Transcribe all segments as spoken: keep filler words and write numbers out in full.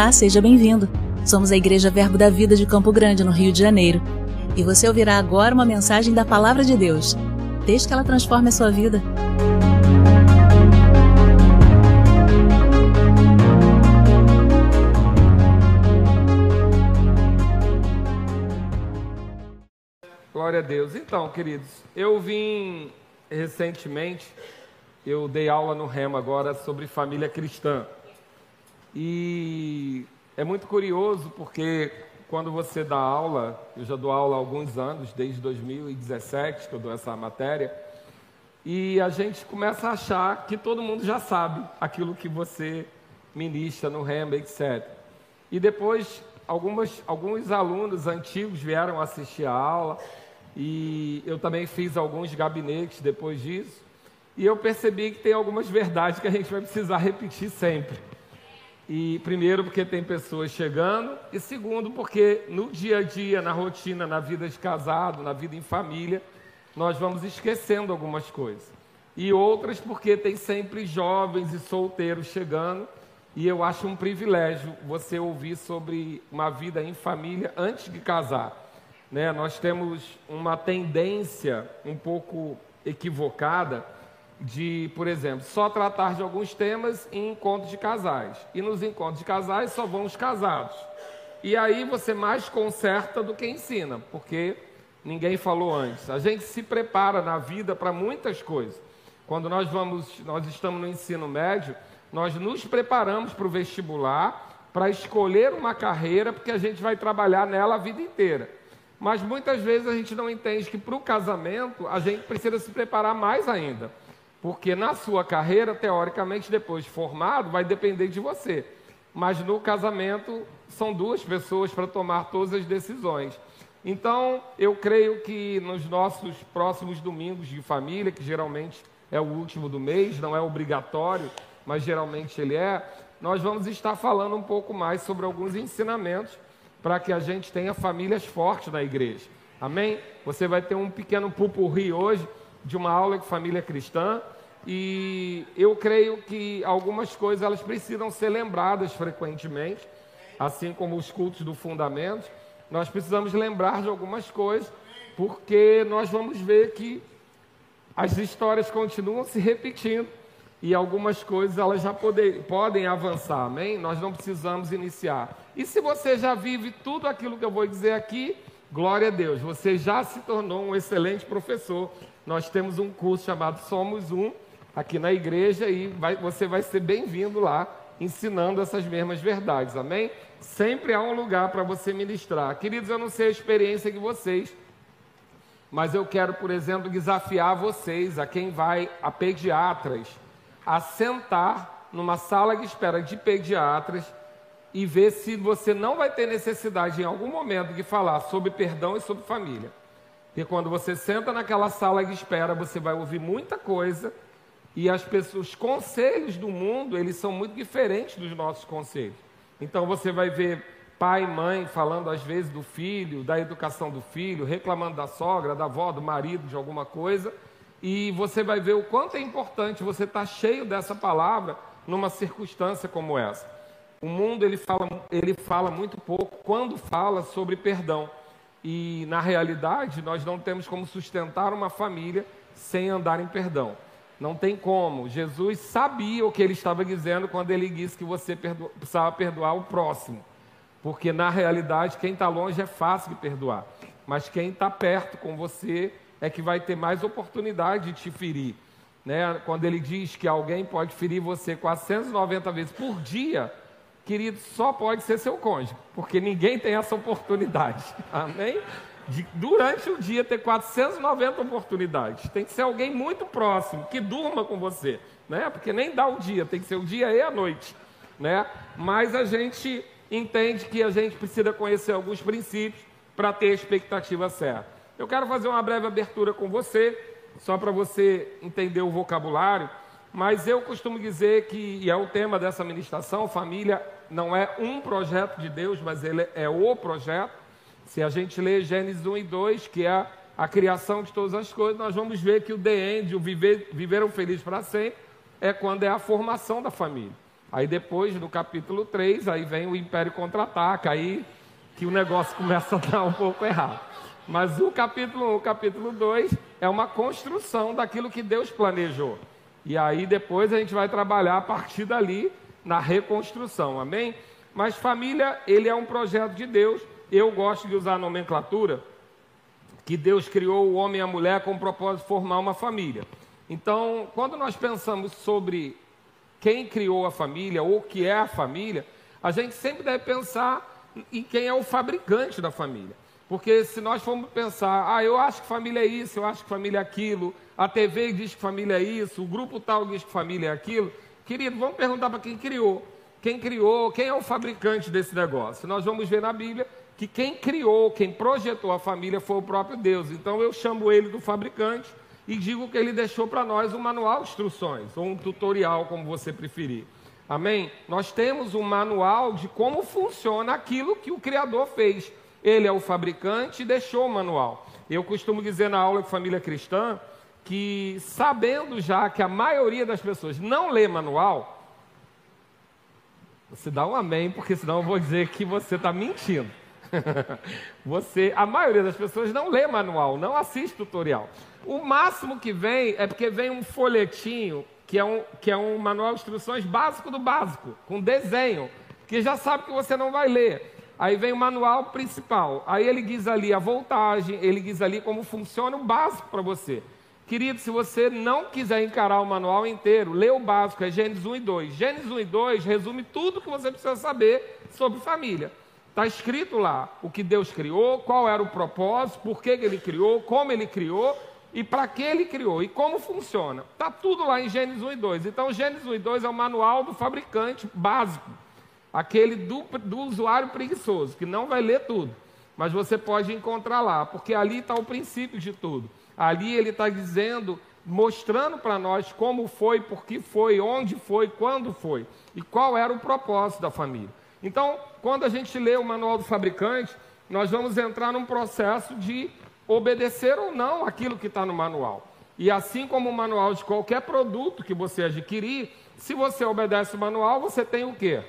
Olá, seja bem-vindo. Somos a Igreja Verbo da Vida de Campo Grande, no Rio de Janeiro. E você ouvirá agora uma mensagem da Palavra de Deus. Desde que ela transforme a sua vida. Glória a Deus. Então, queridos, eu vim recentemente, eu dei aula no Rema agora sobre família cristã. E é muito curioso porque quando você dá aula, eu já dou aula há alguns anos, desde dois mil e dezessete que eu dou essa matéria, e a gente começa a achar que todo mundo já sabe aquilo que você ministra no Rema, etcétera. E depois, algumas, alguns alunos antigos vieram assistir a aula, e eu também fiz alguns gabinetes depois disso, e eu percebi que tem algumas verdades que a gente vai precisar repetir sempre. E primeiro porque tem pessoas chegando, e segundo porque no dia a dia, na rotina, na vida de casado, na vida em família, nós vamos esquecendo algumas coisas. E outras porque tem sempre jovens e solteiros chegando, e eu acho um privilégio você ouvir sobre uma vida em família antes de casar. Né? Nós temos uma tendência um pouco equivocada de, por exemplo, só tratar de alguns temas em encontros de casais. E nos encontros de casais só vão os casados. E aí você mais conserta do que ensina, porque ninguém falou antes. A gente se prepara na vida para muitas coisas. Quando nós vamos, nós estamos no ensino médio, nós nos preparamos para o vestibular, para escolher uma carreira, porque a gente vai trabalhar nela a vida inteira. Mas muitas vezes a gente não entende que para o casamento a gente precisa se preparar mais ainda. Porque na sua carreira, teoricamente, depois de formado, vai depender de você. Mas no casamento, são duas pessoas para tomar todas as decisões. Então, eu creio que nos nossos próximos domingos de família, que geralmente é o último do mês, não é obrigatório, mas geralmente ele é, nós vamos estar falando um pouco mais sobre alguns ensinamentos para que a gente tenha famílias fortes na igreja. Amém? Você vai ter um pequeno pupurri hoje, de uma aula de família cristã, e eu creio que algumas coisas elas precisam ser lembradas frequentemente, assim como os cultos do fundamento. Nós precisamos lembrar de algumas coisas, porque nós vamos ver que as histórias continuam se repetindo e algumas coisas elas já poder, podem avançar, amém? Nós não precisamos iniciar. E se você já vive tudo aquilo que eu vou dizer aqui, glória a Deus, você já se tornou um excelente professor. Nós temos um curso chamado Somos Um, aqui na igreja, e vai, você vai ser bem-vindo lá, ensinando essas mesmas verdades, amém? Sempre há um lugar para você ministrar. Queridos, eu não sei a experiência de vocês, mas eu quero, por exemplo, desafiar vocês, a quem vai a pediatras, a sentar numa sala de espera de pediatras e ver se você não vai ter necessidade em algum momento de falar sobre perdão e sobre família. Porque quando você senta naquela sala de espera, você vai ouvir muita coisa e as pessoas, os conselhos do mundo, eles são muito diferentes dos nossos conselhos. Então você vai ver pai e mãe falando às vezes do filho, da educação do filho, reclamando da sogra, da avó, do marido, de alguma coisa, e você vai ver o quanto é importante você estar cheio dessa palavra numa circunstância como essa. O mundo ele fala, ele fala muito pouco quando fala sobre perdão. E, na realidade, nós não temos como sustentar uma família sem andar em perdão. Não tem como. Jesus sabia o que ele estava dizendo quando ele disse que você perdo... precisava perdoar o próximo. Porque, na realidade, quem está longe é fácil de perdoar. Mas quem está perto com você é que vai ter mais oportunidade de te ferir. Né? Quando ele diz que alguém pode ferir você quatrocentas e noventa vezes por dia, querido, só pode ser seu cônjuge, porque ninguém tem essa oportunidade, amém? De, durante o dia ter quatrocentas e noventa oportunidades, tem que ser alguém muito próximo, que durma com você, né? Porque nem dá o dia, tem que ser o dia e a noite, né? Mas a gente entende que a gente precisa conhecer alguns princípios para ter a expectativa certa. Eu quero fazer uma breve abertura com você, só para você entender o vocabulário, mas eu costumo dizer que, e é o tema dessa ministração, família não é um projeto de Deus, mas ele é o projeto. Se a gente ler Gênesis um e dois, que é a criação de todas as coisas, nós vamos ver que o the end, o viver, viveram felizes para sempre, é quando é a formação da família. Aí depois, no capítulo três, aí vem o Império Contra-Ataca, aí que o negócio começa a dar um pouco errado. Mas o capítulo um, o capítulo dois é uma construção daquilo que Deus planejou. E aí depois a gente vai trabalhar a partir dali na reconstrução, amém? Mas família, ele é um projeto de Deus. Eu gosto de usar a nomenclatura que Deus criou o homem e a mulher com o propósito de formar uma família. Então, quando nós pensamos sobre quem criou a família ou o que é a família, a gente sempre deve pensar em quem é o fabricante da família. Porque se nós formos pensar, ah, eu acho que família é isso, eu acho que família é aquilo, a T V diz que família é isso, o grupo tal diz que família é aquilo, querido, vamos perguntar para quem criou. Quem criou, quem é o fabricante desse negócio? Nós vamos ver na Bíblia que quem criou, quem projetou a família foi o próprio Deus. Então eu chamo ele do fabricante e digo que ele deixou para nós um manual de instruções, ou um tutorial, como você preferir. Amém? Nós temos um manual de como funciona aquilo que o Criador fez. Ele é o fabricante e deixou o manual. Eu costumo dizer na aula de família cristã que, sabendo já que a maioria das pessoas não lê manual, você dá um amém, porque senão eu vou dizer que você está mentindo. Você, a maioria das pessoas não lê manual, não assiste tutorial. O máximo que vem é porque vem um folhetinho, que é um, que é um manual de instruções básico do básico, com desenho, que já sabe que você não vai ler. Aí vem o manual principal, aí ele diz ali a voltagem, ele diz ali como funciona o básico para você. Querido, se você não quiser encarar o manual inteiro, lê o básico, é Gênesis um e dois. Gênesis um e dois resume tudo que você precisa saber sobre família. Está escrito lá o que Deus criou, qual era o propósito, por que ele criou, como ele criou e para que ele criou e como funciona. Está tudo lá em Gênesis um e dois. Então, Gênesis um e dois é o manual do fabricante básico. Aquele do, do usuário preguiçoso, que não vai ler tudo, mas você pode encontrar lá, porque ali está o princípio de tudo. Ali ele está dizendo, mostrando para nós como foi, por que foi, onde foi, quando foi, e qual era o propósito da família. Então, quando a gente lê o manual do fabricante, nós vamos entrar num processo de obedecer ou não aquilo que está no manual. E assim como o manual de qualquer produto que você adquirir, se você obedece o manual, você tem o quê?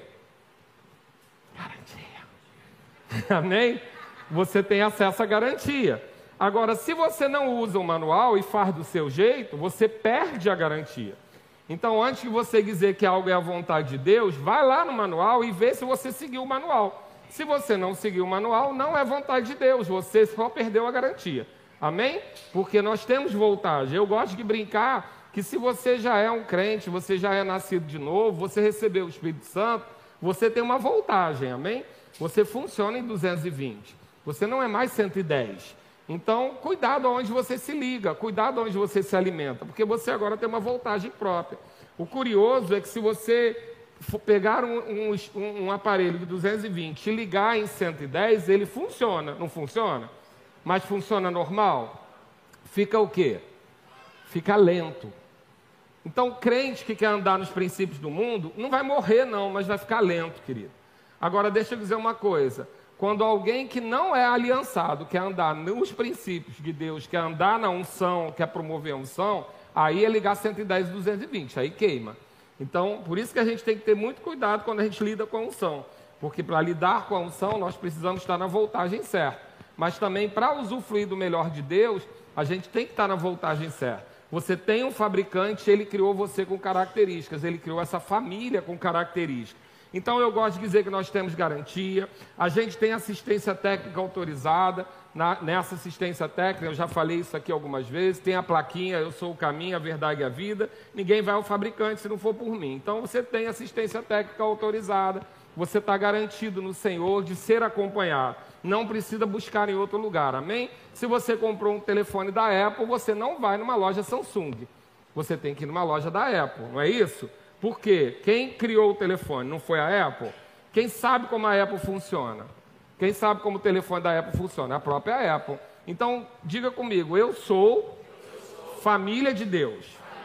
Garantia. Amém? Você tem acesso à garantia. Agora, se você não usa o manual e faz do seu jeito, você perde a garantia. Então, antes de você dizer que algo é a vontade de Deus, vai lá no manual e vê se você seguiu o manual. Se você não seguiu o manual, não é vontade de Deus, você só perdeu a garantia. Amém? Porque nós temos voltagem. Eu gosto de brincar que se você já é um crente, você já é nascido de novo, você recebeu o Espírito Santo, você tem uma voltagem, amém? Você funciona em duzentos e vinte, você não é mais cento e dez. Então, cuidado onde você se liga, cuidado onde você se alimenta, porque você agora tem uma voltagem própria. O curioso é que se você for pegar um, um, um aparelho de duzentos e vinte e ligar em cento e dez, ele funciona, não funciona? Mas funciona normal? Fica o quê? Fica lento. Então, o crente que quer andar nos princípios do mundo, não vai morrer não, mas vai ficar lento, querido. Agora, deixa eu dizer uma coisa. Quando alguém que não é aliançado, quer andar nos princípios de Deus, quer andar na unção, quer promover a unção, aí é ligar cento e dez e duzentos e vinte, aí queima. Então, por isso que a gente tem que ter muito cuidado quando a gente lida com a unção. Porque para lidar com a unção, nós precisamos estar na voltagem certa. Mas também, para usufruir do melhor de Deus, a gente tem que estar na voltagem certa. Você tem um fabricante, ele criou você com características, ele criou essa família com características. Então eu gosto de dizer que nós temos garantia, a gente tem assistência técnica autorizada, na, nessa assistência técnica, eu já falei isso aqui algumas vezes, tem a plaquinha, eu sou o caminho, a verdade e a vida, ninguém vai ao fabricante se não for por mim. Então você tem assistência técnica autorizada, você está garantido no Senhor de ser acompanhado, não precisa buscar em outro lugar, amém? Se você comprou um telefone da Apple, você não vai numa loja Samsung, você tem que ir numa loja da Apple, não é isso? Por quê? Quem criou o telefone não foi a Apple? Quem sabe como a Apple funciona? Quem sabe como o telefone da Apple funciona? A própria Apple. Então, diga comigo, eu sou família de Deus.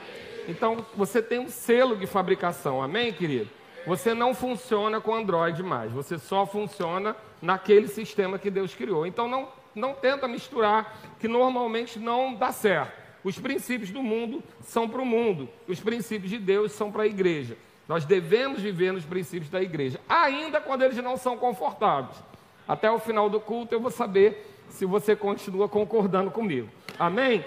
Então, você tem um selo de fabricação, amém, querido? Você não funciona com Android mais, você só funciona naquele sistema que Deus criou. Então, não, não tenta misturar, que normalmente não dá certo. Os princípios do mundo são para o mundo, os princípios de Deus são para a igreja. Nós devemos viver nos princípios da igreja, ainda quando eles não são confortáveis. Até o final do culto eu vou saber se você continua concordando comigo. Amém?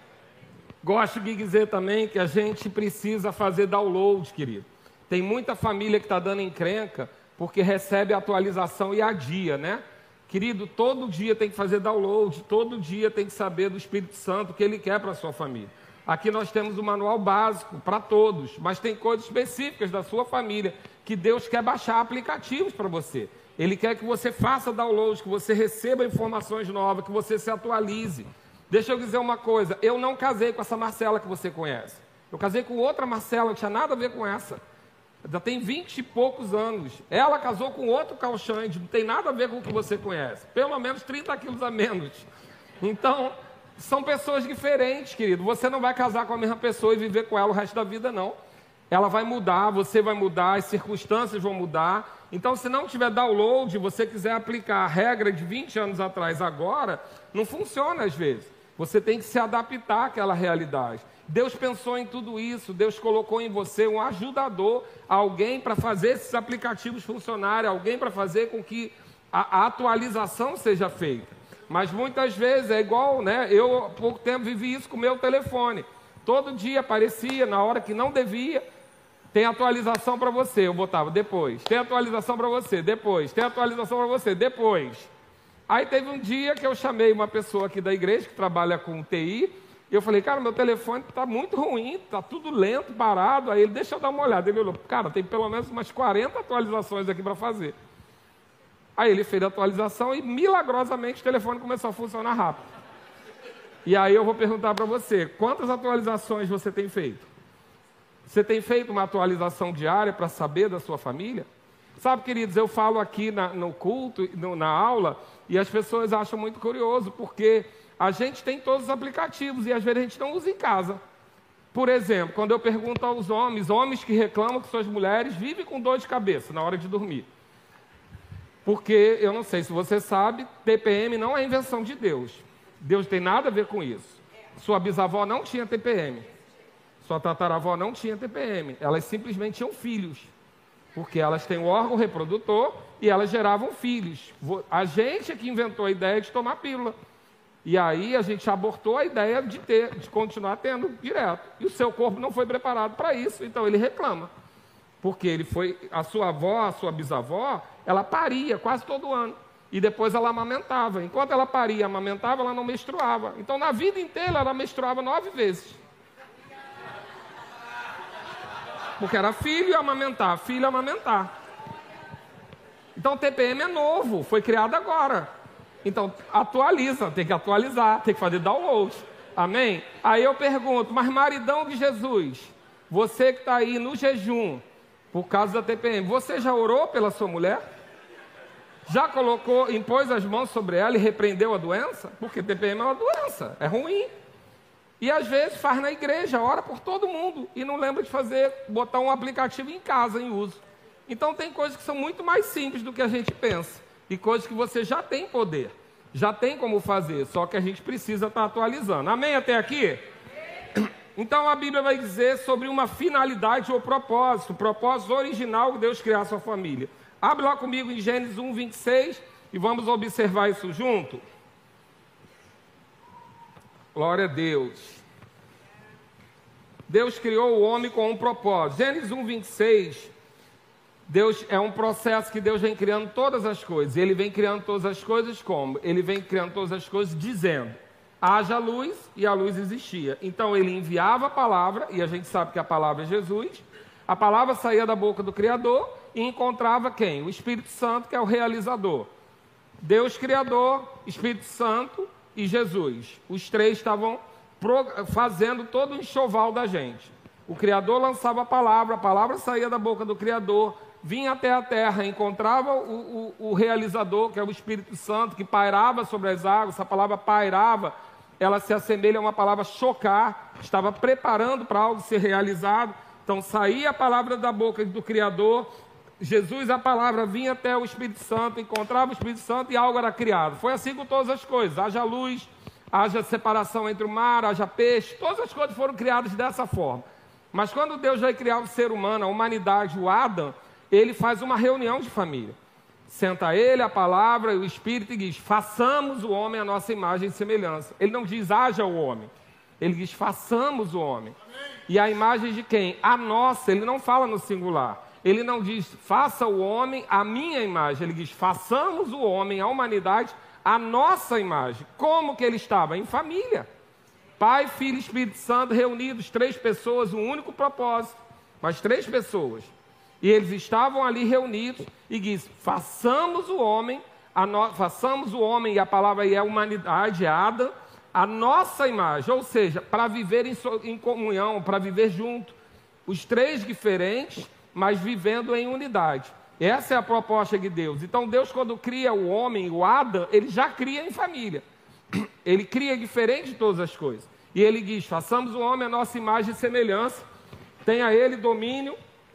Gosto de dizer também que a gente precisa fazer download, querido. Tem muita família que está dando encrenca porque recebe a atualização e adia, né? Querido, todo dia tem que fazer download, todo dia tem que saber do Espírito Santo o que ele quer para a sua família. Aqui nós temos um manual básico para todos, mas tem coisas específicas da sua família que Deus quer baixar aplicativos para você. Ele quer que você faça download, que você receba informações novas, que você se atualize. Deixa eu dizer uma coisa, eu não casei com essa Marcela que você conhece. Eu casei com outra Marcela, não tinha nada a ver com essa. Já tem vinte e poucos anos. Ela casou com outro calchante, não tem nada a ver com o que você conhece. Pelo menos trinta quilos a menos. Então, são pessoas diferentes, querido. Você não vai casar com a mesma pessoa e viver com ela o resto da vida, não. Ela vai mudar, você vai mudar, as circunstâncias vão mudar. Então, se não tiver download, você quiser aplicar a regra de vinte anos atrás agora, não funciona às vezes. Você tem que se adaptar àquela realidade. Deus pensou em tudo isso, Deus colocou em você um ajudador, alguém para fazer esses aplicativos funcionarem, alguém para fazer com que a, a atualização seja feita. Mas muitas vezes é igual, né? Eu há pouco tempo vivi isso com o meu telefone. Todo dia aparecia, na hora que não devia, tem atualização para você, eu botava depois. Tem atualização para você, depois. Tem atualização para você, depois. Aí teve um dia que eu chamei uma pessoa aqui da igreja que trabalha com T I, e eu falei, cara, meu telefone está muito ruim, está tudo lento, parado. Aí ele, deixa eu dar uma olhada. Ele olhou, cara, tem pelo menos umas quarenta atualizações aqui para fazer. Aí ele fez a atualização e milagrosamente o telefone começou a funcionar rápido. E aí eu vou perguntar para você, quantas atualizações você tem feito? Você tem feito uma atualização diária para saber da sua família? Sabe, queridos, eu falo aqui na, no culto, no, na aula, e as pessoas acham muito curioso, porque a gente tem todos os aplicativos e às vezes a gente não usa em casa. Por exemplo, quando eu pergunto aos homens, homens que reclamam que suas mulheres vivem com dor de cabeça na hora de dormir. Porque, eu não sei se você sabe, T P M não é invenção de Deus. Deus tem nada a ver com isso. Sua bisavó não tinha T P M. Sua tataravó não tinha T P M. Elas simplesmente tinham filhos. Porque elas têm o órgão reprodutor e elas geravam filhos. A gente é que inventou a ideia de tomar pílula. E aí a gente abortou a ideia de ter, de continuar tendo direto. E o seu corpo não foi preparado para isso, então ele reclama. Porque ele foi, a sua avó, a sua bisavó, ela paria quase todo ano. E depois ela amamentava. Enquanto ela paria e amamentava, ela não menstruava. Então na vida inteira ela menstruava nove vezes. Porque era filho e amamentar, filho e amamentar. Então o T P M é novo, foi criado agora. Então, atualiza, tem que atualizar, tem que fazer download. Amém? Aí eu pergunto, mas maridão de Jesus, você que está aí no jejum, por causa da T P M, você já orou pela sua mulher? Já colocou, impôs as mãos sobre ela e repreendeu a doença? Porque T P M é uma doença, é ruim. E às vezes faz na igreja, ora por todo mundo, e não lembra de fazer, botar um aplicativo em casa em uso. Então tem coisas que são muito mais simples do que a gente pensa. E coisas que você já tem poder, já tem como fazer, só que a gente precisa estar atualizando. Amém até aqui? Então a Bíblia vai dizer sobre uma finalidade ou propósito, o propósito original de Deus criar a sua família. Abre lá comigo em Gênesis um, vinte e seis e vamos observar isso junto. Glória a Deus. Deus criou o homem com um propósito. Gênesis um, vinte e seis... Deus é um processo que Deus vem criando todas as coisas. Ele vem criando todas as coisas como? Ele vem criando todas as coisas dizendo, haja luz, e a luz existia. Então ele enviava a palavra, e a gente sabe que a palavra é Jesus. A palavra saía da boca do Criador e encontrava quem? O Espírito Santo, que é o realizador. Deus Criador, Espírito Santo e Jesus. Os três estavam fazendo todo o enxoval da gente. O Criador lançava a palavra, a palavra saía da boca do Criador, vinha até a terra, encontrava o, o, o realizador, que é o Espírito Santo, que pairava sobre as águas. Essa palavra pairava, ela se assemelha a uma palavra chocar, estava preparando para algo ser realizado. Então saía a palavra da boca do Criador, Jesus, a palavra, vinha até o Espírito Santo, encontrava o Espírito Santo e algo era criado. Foi assim com todas as coisas, haja luz, haja separação entre o mar, haja peixe, todas as coisas foram criadas dessa forma. Mas quando Deus vai criar o ser humano, a humanidade, o Adão, ele faz uma reunião de família. Senta ele, a palavra e o Espírito e diz, façamos o homem à nossa imagem e semelhança. Ele não diz, haja o homem. Ele diz, façamos o homem. E a imagem de quem? A nossa. Ele não fala no singular. Ele não diz, faça o homem a minha imagem. Ele diz, façamos o homem, a humanidade, a nossa imagem. Como que ele estava? Em família. Pai, Filho e Espírito Santo reunidos, três pessoas, um único propósito. Mas três pessoas. E eles estavam ali reunidos e diz, façamos o homem, a no... façamos o homem, e a palavra aí é a humanidade, é Adão, a nossa imagem, ou seja, para viver em, so... em comunhão, para viver junto. Os três diferentes, mas vivendo em unidade. Essa é a proposta de Deus. Então Deus, quando cria o homem, o Adão, ele já cria em família. Ele cria diferente de todas as coisas. E ele diz, façamos o homem a nossa imagem e semelhança, tenha ele domínio.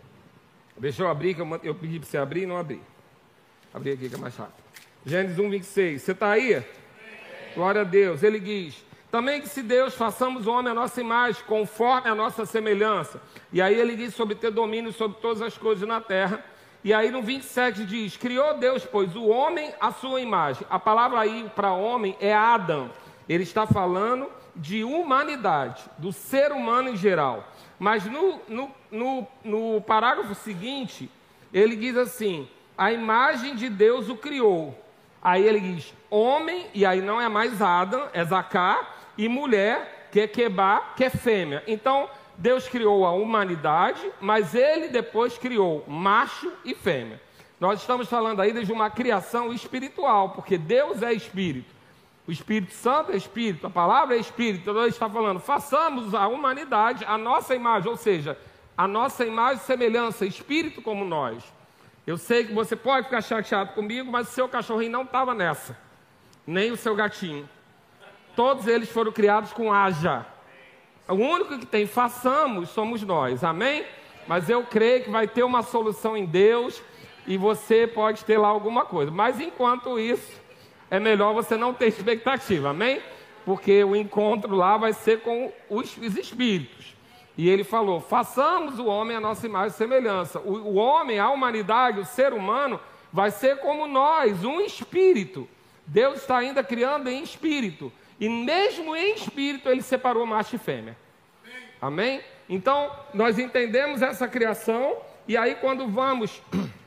Deixa eu abrir, que eu, eu pedi para você abrir e não abri. Abri aqui que é mais rápido. Gênesis um, vinte e seis. Você está aí? Glória a Deus. Ele diz, também que se Deus façamos o homem a nossa imagem, conforme a nossa semelhança. E aí ele diz sobre ter domínio sobre todas as coisas na terra. E aí no vinte e sete diz, criou Deus, pois, o homem à sua imagem. A palavra aí para homem é Adão. Ele está falando de humanidade, do ser humano em geral. Mas no, no, no, no parágrafo seguinte, ele diz assim, a imagem de Deus o criou. Aí ele diz, homem, e aí não é mais Adão, é Zacá, e mulher, que é Quebá, que é fêmea. Então, Deus criou a humanidade, mas ele depois criou macho e fêmea. Nós estamos falando aí de uma criação espiritual, porque Deus é espírito. O Espírito Santo é espírito, a palavra é espírito. Então ele está falando, façamos a humanidade a nossa imagem, ou seja, a nossa imagem e semelhança, espírito como nós. Eu sei que você pode ficar chateado comigo, mas o seu cachorrinho não estava nessa, nem o seu gatinho. Todos eles foram criados com haja. O único que tem façamos somos nós, amém? Mas eu creio que vai ter uma solução em Deus e você pode ter lá alguma coisa. Mas enquanto isso, é melhor você não ter expectativa, amém? Porque o encontro lá vai ser com os, os espíritos. E ele falou, façamos o homem a nossa imagem e semelhança. O, o homem, a humanidade, o ser humano, vai ser como nós, um espírito. Deus está ainda criando em espírito. E mesmo em espírito, ele separou macho e fêmea. Amém? Então, nós entendemos essa criação. E aí, quando vamos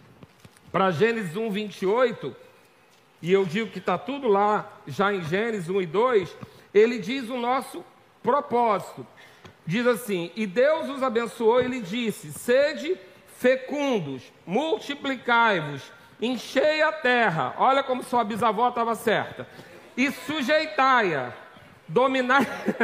para Gênesis um, vinte e oito... e eu digo que está tudo lá, já em Gênesis um e dois, ele diz o nosso propósito. Diz assim, e Deus os abençoou e lhe disse, sede fecundos, multiplicai-vos, enchei a terra, olha como sua bisavó estava certa, e sujeitai-a, dominai...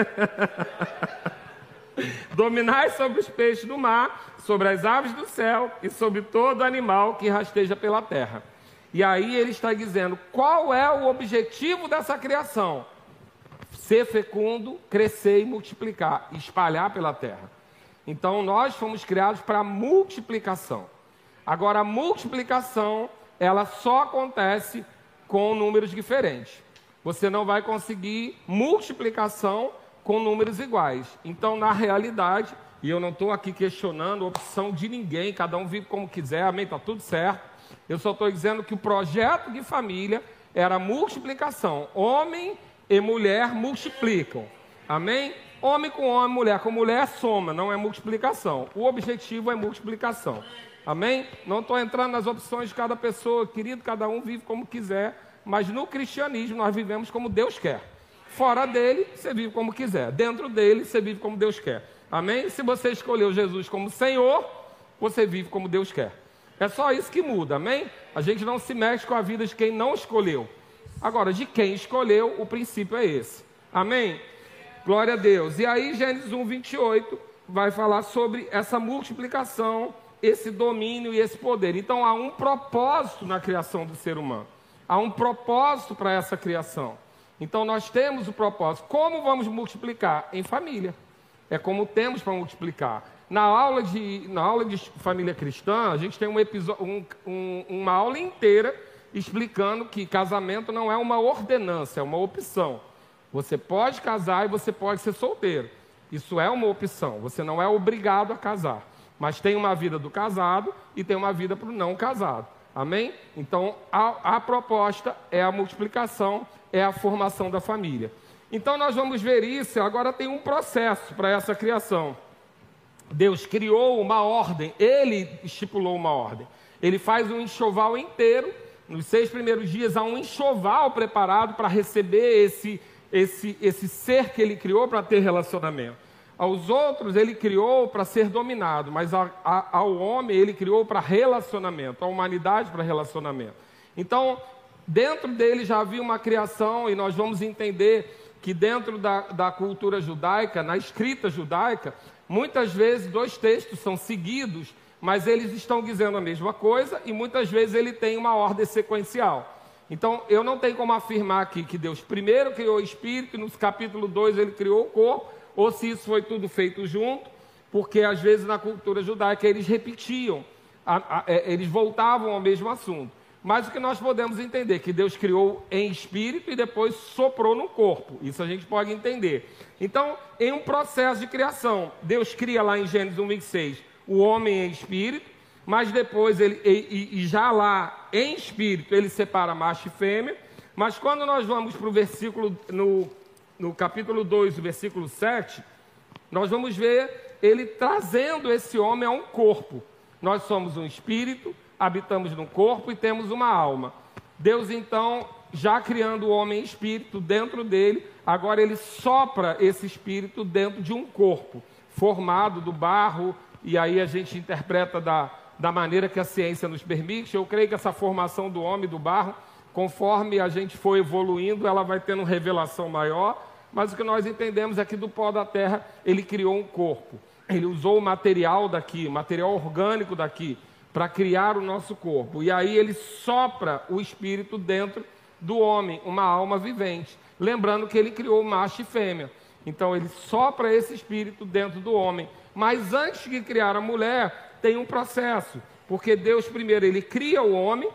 dominai sobre os peixes do mar, sobre as aves do céu e sobre todo animal que rasteja pela terra. E aí ele está dizendo, qual é o objetivo dessa criação? Ser fecundo, crescer e multiplicar, espalhar pela terra. Então nós fomos criados para multiplicação. Agora a multiplicação, ela só acontece com números diferentes. Você não vai conseguir multiplicação com números iguais. Então na realidade, e eu não estou aqui questionando a opção de ninguém, cada um vive como quiser, amém, está tudo certo. Eu só estou dizendo que o projeto de família era multiplicação. Homem e mulher multiplicam. Amém? Homem com homem, mulher com mulher, soma, não é multiplicação. O objetivo é multiplicação. Amém? Não estou entrando nas opções de cada pessoa, querido, cada um vive como quiser. Mas no cristianismo nós vivemos como Deus quer. Fora dele, você vive como quiser. Dentro dele, você vive como Deus quer. Amém? Se você escolheu Jesus como Senhor, você vive como Deus quer. É só isso que muda, amém? A gente não se mexe com a vida de quem não escolheu. Agora, de quem escolheu, o princípio é esse. Amém? Glória a Deus. E aí, Gênesis um, vinte e oito, vai falar sobre essa multiplicação, esse domínio e esse poder. Então, há um propósito na criação do ser humano. Há um propósito para essa criação. Então, nós temos o propósito. Como vamos multiplicar? Em família. É como temos para multiplicar. Na aula de, na aula de família cristã, a gente tem um episódio, um, um, uma aula inteira explicando que casamento não é uma ordenança, é uma opção. Você pode casar e você pode ser solteiro. Isso é uma opção, você não é obrigado a casar. Mas tem uma vida do casado e tem uma vida para o não casado. Amém? Então, a, a proposta é a multiplicação, é a formação da família. Então, nós vamos ver isso. Agora tem um processo para essa criação. Deus criou uma ordem, Ele estipulou uma ordem. Ele faz um enxoval inteiro. Nos seis primeiros dias há um enxoval preparado para receber esse, esse, esse ser que Ele criou para ter relacionamento. Aos outros Ele criou para ser dominado, mas a, a, ao homem Ele criou para relacionamento, a humanidade para relacionamento. Então, dentro dele já havia uma criação, e nós vamos entender que dentro da, da cultura judaica, na escrita judaica, muitas vezes dois textos são seguidos, mas eles estão dizendo a mesma coisa, e muitas vezes ele tem uma ordem sequencial. Então, eu não tenho como afirmar aqui que Deus primeiro criou o espírito, e no capítulo dois ele criou o corpo, ou se isso foi tudo feito junto, porque às vezes na cultura judaica eles repetiam, a, a, eles voltavam ao mesmo assunto. Mas o que nós podemos entender, que Deus criou em espírito e depois soprou no corpo. Isso a gente pode entender. Então, em um processo de criação, Deus cria lá em Gênesis um, vinte e seis, o homem em espírito, mas depois, ele, e, e já lá em espírito, ele separa macho e fêmea. Mas quando nós vamos para o versículo, no, no capítulo dois, o versículo sete, nós vamos ver ele trazendo esse homem a um corpo. Nós somos um espírito, habitamos no corpo e temos uma alma. Deus, então, já criando o homem em espírito dentro dele, agora ele sopra esse espírito dentro de um corpo, formado do barro, e aí a gente interpreta da, da maneira que a ciência nos permite. Eu creio que essa formação do homem, do barro, conforme a gente for evoluindo, ela vai tendo revelação maior, mas o que nós entendemos é que do pó da terra ele criou um corpo. Ele usou o material daqui, material orgânico daqui, para criar o nosso corpo. E aí ele sopra o espírito dentro do homem, uma alma vivente. Lembrando que ele criou macho e fêmea. Então ele sopra esse espírito dentro do homem. Mas antes de criar a mulher, tem um processo. Porque Deus primeiro ele cria o homem,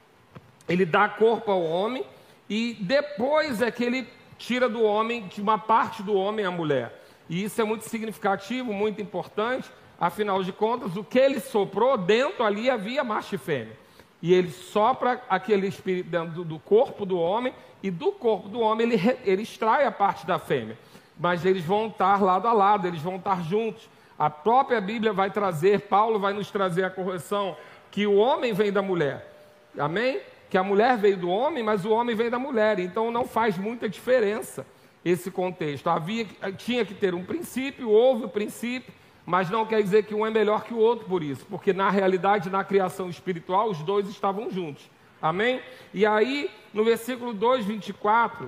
ele dá corpo ao homem, e depois é que ele tira do homem, de uma parte do homem, a mulher. E isso é muito significativo, muito importante. Afinal de contas, o que ele soprou, dentro ali havia macho e fêmea. E ele sopra aquele espírito dentro do corpo do homem, e do corpo do homem ele, ele extrai a parte da fêmea. Mas eles vão estar lado a lado, eles vão estar juntos. A própria Bíblia vai trazer, Paulo vai nos trazer a correção, que o homem vem da mulher. Amém? Que a mulher veio do homem, mas o homem vem da mulher. Então não faz muita diferença esse contexto. Havia, tinha que ter um princípio, houve o princípio, mas não quer dizer que um é melhor que o outro por isso, porque na realidade, na criação espiritual, os dois estavam juntos. Amém? E aí, no versículo dois, vinte e quatro,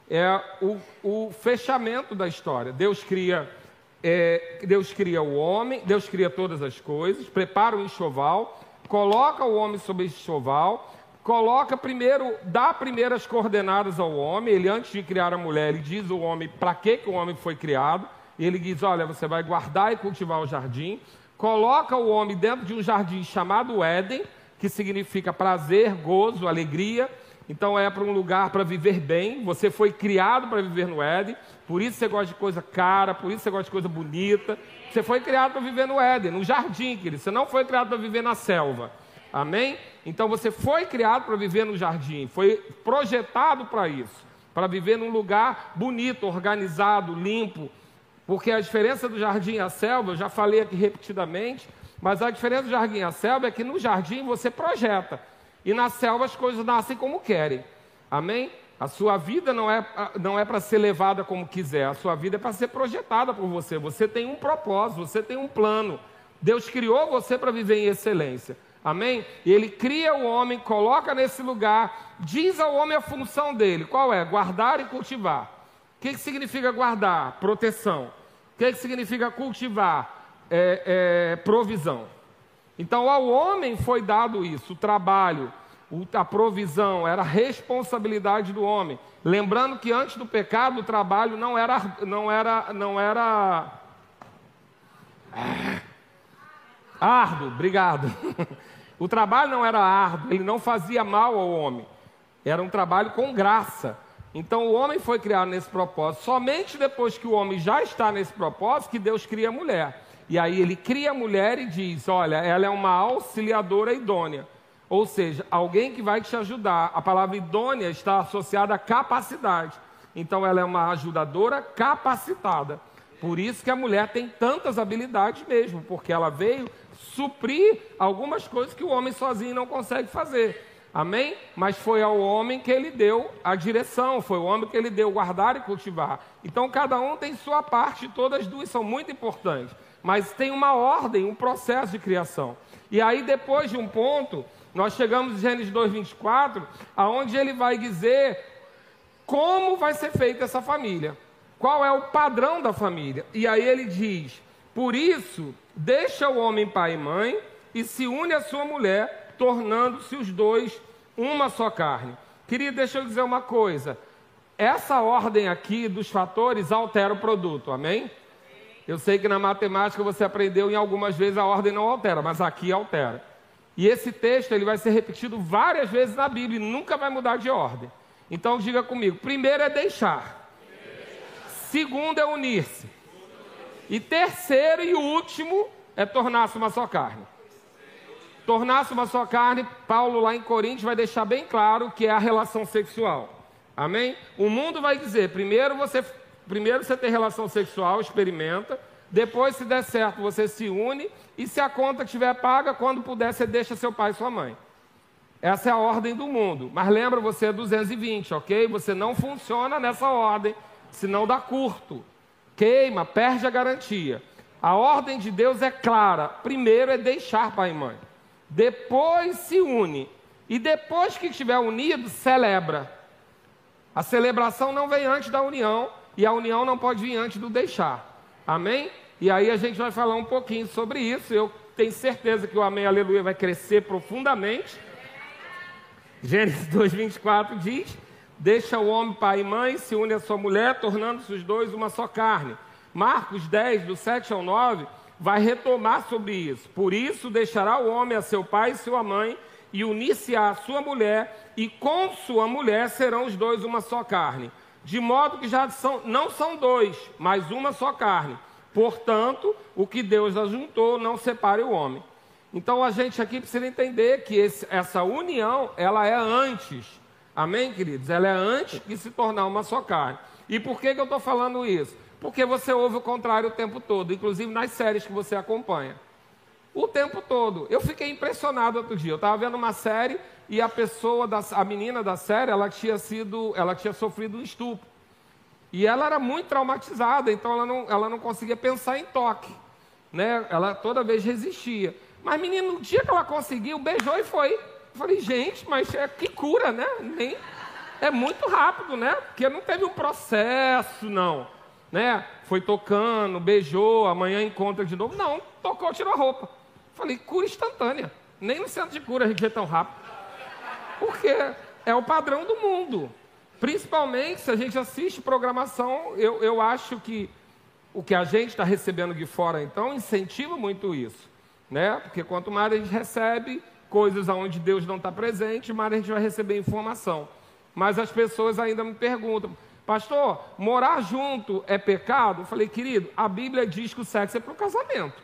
é o, o fechamento da história. Deus cria, é, Deus cria o homem, Deus cria todas as coisas, prepara o enxoval, coloca o homem sobre o enxoval, coloca primeiro, dá primeiras coordenadas ao homem. Ele, antes de criar a mulher, ele diz ao homem para que, que o homem foi criado. Ele diz, olha, você vai guardar e cultivar o jardim. Coloca o homem dentro de um jardim chamado Éden, que significa prazer, gozo, alegria. Então é para um lugar para viver bem. Você foi criado para viver no Éden. Por isso você gosta de coisa cara, por isso você gosta de coisa bonita. Você foi criado para viver no Éden, no jardim, querido. Você não foi criado para viver na selva. Amém? Então você foi criado para viver no jardim. Foi projetado para isso. Para viver num lugar bonito, organizado, limpo. Porque a diferença do jardim à selva, eu já falei aqui repetidamente, mas a diferença do jardim à selva é que no jardim você projeta, e na selva as coisas nascem como querem. Amém? A sua vida não é, não é para ser levada como quiser, a sua vida é para ser projetada por você. Você tem um propósito, você tem um plano. Deus criou você para viver em excelência. Amém? E Ele cria o homem, coloca nesse lugar, diz ao homem a função dele. Qual é? Guardar e cultivar. O que, que significa guardar? Proteção. O que, que significa cultivar? É, é, provisão. Então ao homem foi dado isso, o trabalho, a provisão, era a responsabilidade do homem. Lembrando que antes do pecado o trabalho não era, não era, não era árduo, obrigado. O trabalho não era árduo, ele não fazia mal ao homem. Era um trabalho com graça. Então o homem foi criado nesse propósito. Somente depois que o homem já está nesse propósito que Deus cria a mulher. E aí ele cria a mulher e diz, olha, ela é uma auxiliadora idônea. Ou seja, alguém que vai te ajudar. A palavra idônea está associada à capacidade. Então ela é uma ajudadora capacitada. Por isso que a mulher tem tantas habilidades mesmo, porque ela veio suprir algumas coisas que o homem sozinho não consegue fazer. Amém? Mas foi ao homem que ele deu a direção, foi o homem que ele deu guardar e cultivar. Então cada um tem sua parte, todas as duas são muito importantes. Mas tem uma ordem, um processo de criação. E aí depois de um ponto, nós chegamos em Gênesis dois, vinte e quatro, aonde ele vai dizer como vai ser feita essa família. Qual é o padrão da família? E aí ele diz, por isso, deixa o homem pai e mãe e se une à sua mulher, tornando-se os dois uma só carne. Querido, deixa eu dizer uma coisa. Essa ordem aqui dos fatores altera o produto, amém? Eu sei que na matemática você aprendeu em algumas vezes a ordem não altera, mas aqui altera. E esse texto ele vai ser repetido várias vezes na Bíblia e nunca vai mudar de ordem. Então diga comigo, primeiro é deixar. Segundo é unir-se. E terceiro e último é tornar-se uma só carne. Tornar-se uma só carne, Paulo lá em Coríntios vai deixar bem claro que é a relação sexual. Amém? O mundo vai dizer, primeiro você, primeiro você tem relação sexual, experimenta. Depois, se der certo, você se une. E se a conta estiver paga, quando puder, você deixa seu pai e sua mãe. Essa é a ordem do mundo. Mas lembra, você é duzentos e vinte, ok? Você não funciona nessa ordem, senão dá curto. Queima, perde a garantia. A ordem de Deus é clara. Primeiro é deixar pai e mãe. Depois se une. E depois que estiver unido, celebra. A celebração não vem antes da união. E a união não pode vir antes do deixar. Amém? E aí a gente vai falar um pouquinho sobre isso. Eu tenho certeza que o amém, aleluia, vai crescer profundamente. Gênesis dois, vinte e quatro diz, deixa o homem pai e mãe, se une à sua mulher, tornando-se os dois uma só carne. Marcos dez, do sete ao nove, vai retomar sobre isso. Por isso deixará o homem a seu pai e sua mãe, e unir-se-á à sua mulher, e com sua mulher serão os dois uma só carne. De modo que já são, não são dois, mas uma só carne. Portanto, o que Deus ajuntou, não separe o homem. Então a gente aqui precisa entender que esse, essa união, ela é antes. Amém, queridos? Ela é antes de se tornar uma só carne. E por que, que eu estou falando isso? Porque você ouve o contrário o tempo todo, inclusive nas séries que você acompanha. O tempo todo. Eu fiquei impressionado outro dia. Eu estava vendo uma série e a pessoa, da, a menina da série, ela tinha sido, ela tinha sofrido um estupro. E ela era muito traumatizada, então ela não, ela não conseguia pensar em toque. Né? Ela toda vez resistia. Mas, menino, no dia que ela conseguiu, beijou e foi. Eu falei, gente, mas é, que cura, né? Nem, é muito rápido, né? Porque não teve um processo, não. Né? Foi tocando, beijou, amanhã encontra de novo. Não, tocou, tirou a roupa. Eu falei, cura instantânea. Nem no centro de cura a gente vê tão rápido. Porque é o padrão do mundo. Principalmente se a gente assiste programação, eu, eu acho que o que a gente está recebendo de fora, então, incentiva muito isso. Né? Porque quanto mais a gente recebe coisas onde Deus não está presente, mais a gente vai receber informação. Mas as pessoas ainda me perguntam, pastor, morar junto é pecado? Eu falei, querido, a Bíblia diz que o sexo é para o casamento.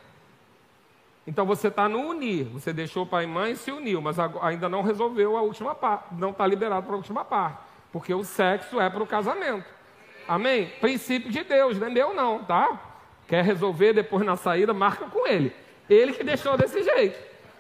Então você está no unir, você deixou pai e mãe e se uniu, mas ainda não resolveu a última parte, não está liberado para a última parte, porque o sexo é para o casamento. Amém? Princípio de Deus, não é meu não, tá? Quer resolver depois na saída, marca com ele. Ele que deixou desse jeito.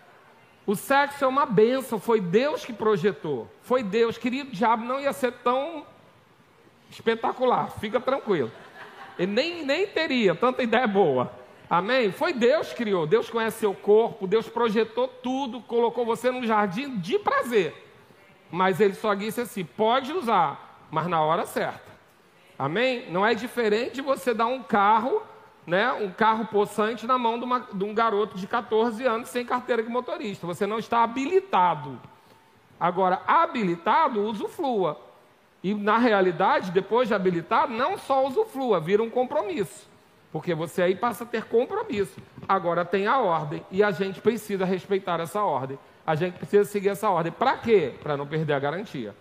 O sexo é uma bênção, foi Deus que projetou. Foi Deus, querido, o diabo não ia ser tão espetacular, fica tranquilo. Ele nem, nem teria tanta ideia boa. Amém? Foi Deus que criou, Deus conhece seu corpo, Deus projetou tudo, colocou você num jardim de prazer. Mas ele só disse assim, pode usar, mas na hora certa. Amém? Não é diferente de você dar um carro, né, um carro possante na mão de, uma, de um garoto de catorze anos sem carteira de motorista. Você não está habilitado. Agora, habilitado, usufrua. E, na realidade, depois de habilitado, não só usufrua, vira um compromisso. Porque você aí passa a ter compromisso. Agora tem a ordem. E a gente precisa respeitar essa ordem. A gente precisa seguir essa ordem. Para quê? Para não perder a garantia.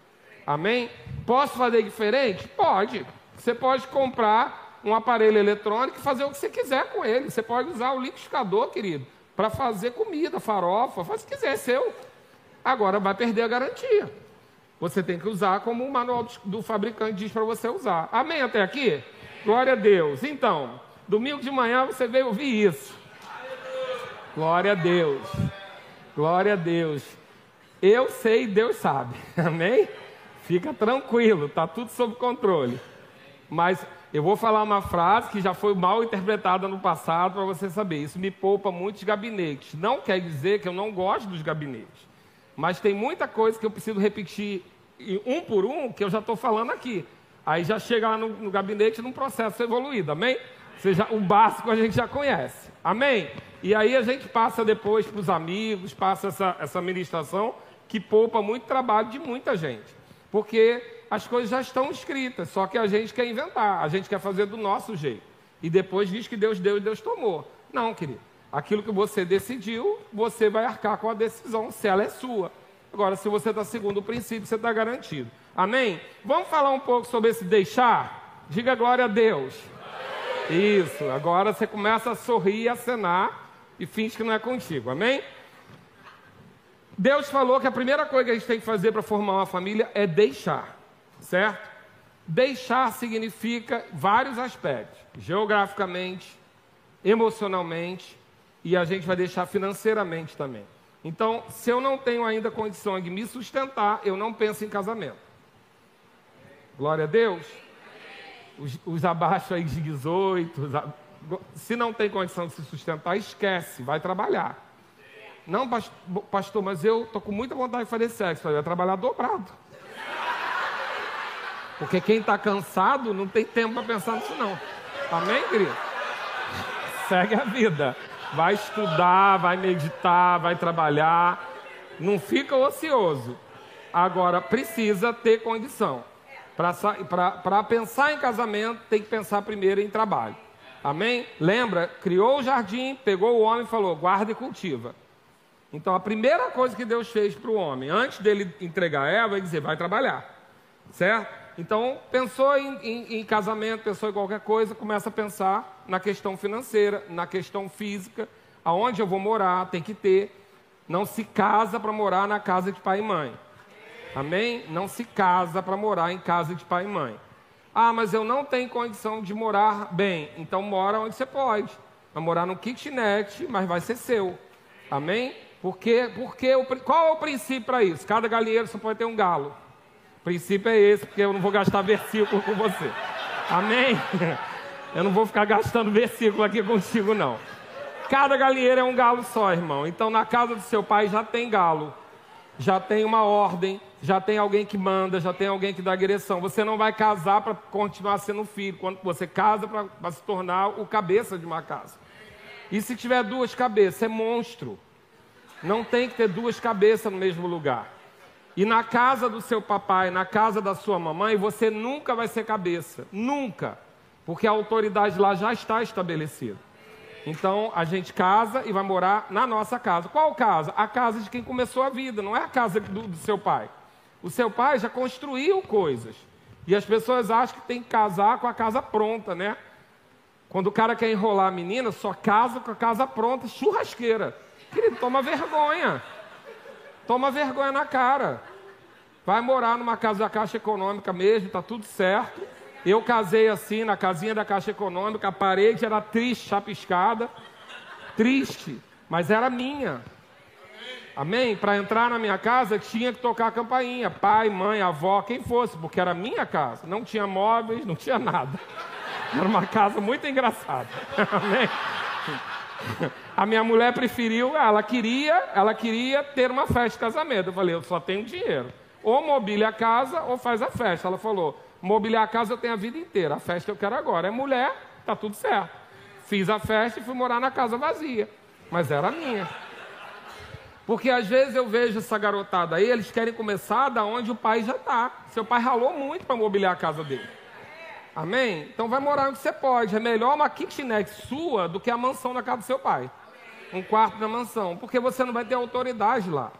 Amém? Posso fazer diferente? Pode. Você pode comprar um aparelho eletrônico e fazer o que você quiser com ele. Você pode usar o liquidificador, querido, para fazer comida, farofa, faz o que quiser, é seu. Agora vai perder a garantia. Você tem que usar como o manual do fabricante diz para você usar. Amém até aqui? Glória a Deus. Então, domingo de manhã você veio ouvir isso. Glória a Deus. Glória a Deus. Eu sei, Deus sabe. Amém? Fica tranquilo, está tudo sob controle. Mas eu vou falar uma frase que já foi mal interpretada no passado para você saber. Isso me poupa muitos gabinetes. Não quer dizer que eu não gosto dos gabinetes. Mas tem muita coisa que eu preciso repetir um por um que eu já estou falando aqui. Aí já chega lá no, no gabinete num processo evoluído, amém? Seja, o básico a gente já conhece, amém? E aí a gente passa depois para os amigos, passa essa, essa ministração que poupa muito trabalho de muita gente. Porque as coisas já estão escritas, só que a gente quer inventar, a gente quer fazer do nosso jeito. E depois diz que Deus deu e Deus tomou. Não, querido. Aquilo que você decidiu, você vai arcar com a decisão, se ela é sua. Agora, se você está segundo o princípio, você está garantido. Amém? Vamos falar um pouco sobre esse deixar? Diga glória a Deus. Isso, agora você começa a sorrir, acenar e finge que não é contigo. Amém? Deus falou que a primeira coisa que a gente tem que fazer para formar uma família é deixar. Certo? Deixar significa vários aspectos. Geograficamente, emocionalmente, e a gente vai deixar financeiramente também. Então, se eu não tenho ainda condição de me sustentar, eu não penso em casamento. Glória a Deus. Os, os abaixo aí de dezoito, os a... se não tem condição de se sustentar, esquece, vai trabalhar. Não, pastor, mas eu estou com muita vontade de fazer sexo, eu ia trabalhar dobrado. Porque quem está cansado não tem tempo para pensar nisso não. Amém, querido? Segue a vida. Vai estudar, vai meditar, vai trabalhar. Não fica ocioso. Agora, precisa ter condição. Para pensar em casamento, tem que pensar primeiro em trabalho. Amém? Lembra? Criou o jardim, pegou o homem e falou, guarda e cultiva. Então, a primeira coisa que Deus fez para o homem, antes dele entregar Eva, é dizer, vai trabalhar. Certo? Então, pensou em, em, em casamento, pensou em qualquer coisa, começa a pensar na questão financeira, na questão física, aonde eu vou morar, tem que ter. Não se casa para morar na casa de pai e mãe. Amém? Não se casa para morar em casa de pai e mãe. Ah, mas eu não tenho condição de morar bem. Então, mora onde você pode. Vai morar no kitnet, mas vai ser seu. Amém? Porque, porque o, qual é o princípio para isso? Cada galinheiro só pode ter um galo. O princípio é esse, porque eu não vou gastar versículo com você. Amém? Eu não vou ficar gastando versículo aqui contigo, não. Cada galinheiro é um galo só, irmão. Então, na casa do seu pai já tem galo. Já tem uma ordem, já tem alguém que manda, já tem alguém que dá direção. Você não vai casar para continuar sendo filho. Quando você casa para se tornar o cabeça de uma casa. E se tiver duas cabeças, é monstro. Não tem que ter duas cabeças no mesmo lugar. E na casa do seu papai, na casa da sua mamãe, você nunca vai ser cabeça. Nunca. Porque a autoridade lá já está estabelecida. Então, a gente casa e vai morar na nossa casa. Qual casa? A casa de quem começou a vida, não é a casa do, do seu pai. O seu pai já construiu coisas. E as pessoas acham que tem que casar com a casa pronta, né? Quando o cara quer enrolar a menina, só casa com a casa pronta, churrasqueira. Querido, toma vergonha. Toma vergonha na cara. Vai morar numa casa da Caixa Econômica mesmo, tá tudo certo. Eu casei assim, na casinha da Caixa Econômica, a parede era triste, chapiscada. Triste, mas era minha. Amém? Para entrar na minha casa, tinha que tocar a campainha. Pai, mãe, avó, quem fosse, porque era minha casa. Não tinha móveis, não tinha nada. Era uma casa muito engraçada. Amém? A minha mulher preferiu, ela queria, ela queria ter uma festa de casamento. Eu falei, eu só tenho dinheiro. Ou mobilia a casa ou faz a festa. Ela falou, mobiliar a casa eu tenho a vida inteira. A festa eu quero agora. É mulher, tá tudo certo. Fiz a festa e fui morar na casa vazia. Mas era minha. Porque às vezes eu vejo essa garotada aí, eles querem começar da onde o pai já está. Seu pai ralou muito para mobiliar a casa dele. Amém? Então vai morar onde você pode. É melhor uma kitnet sua do que a mansão na casa do seu pai. Um quarto na mansão. Porque você não vai ter autoridade lá.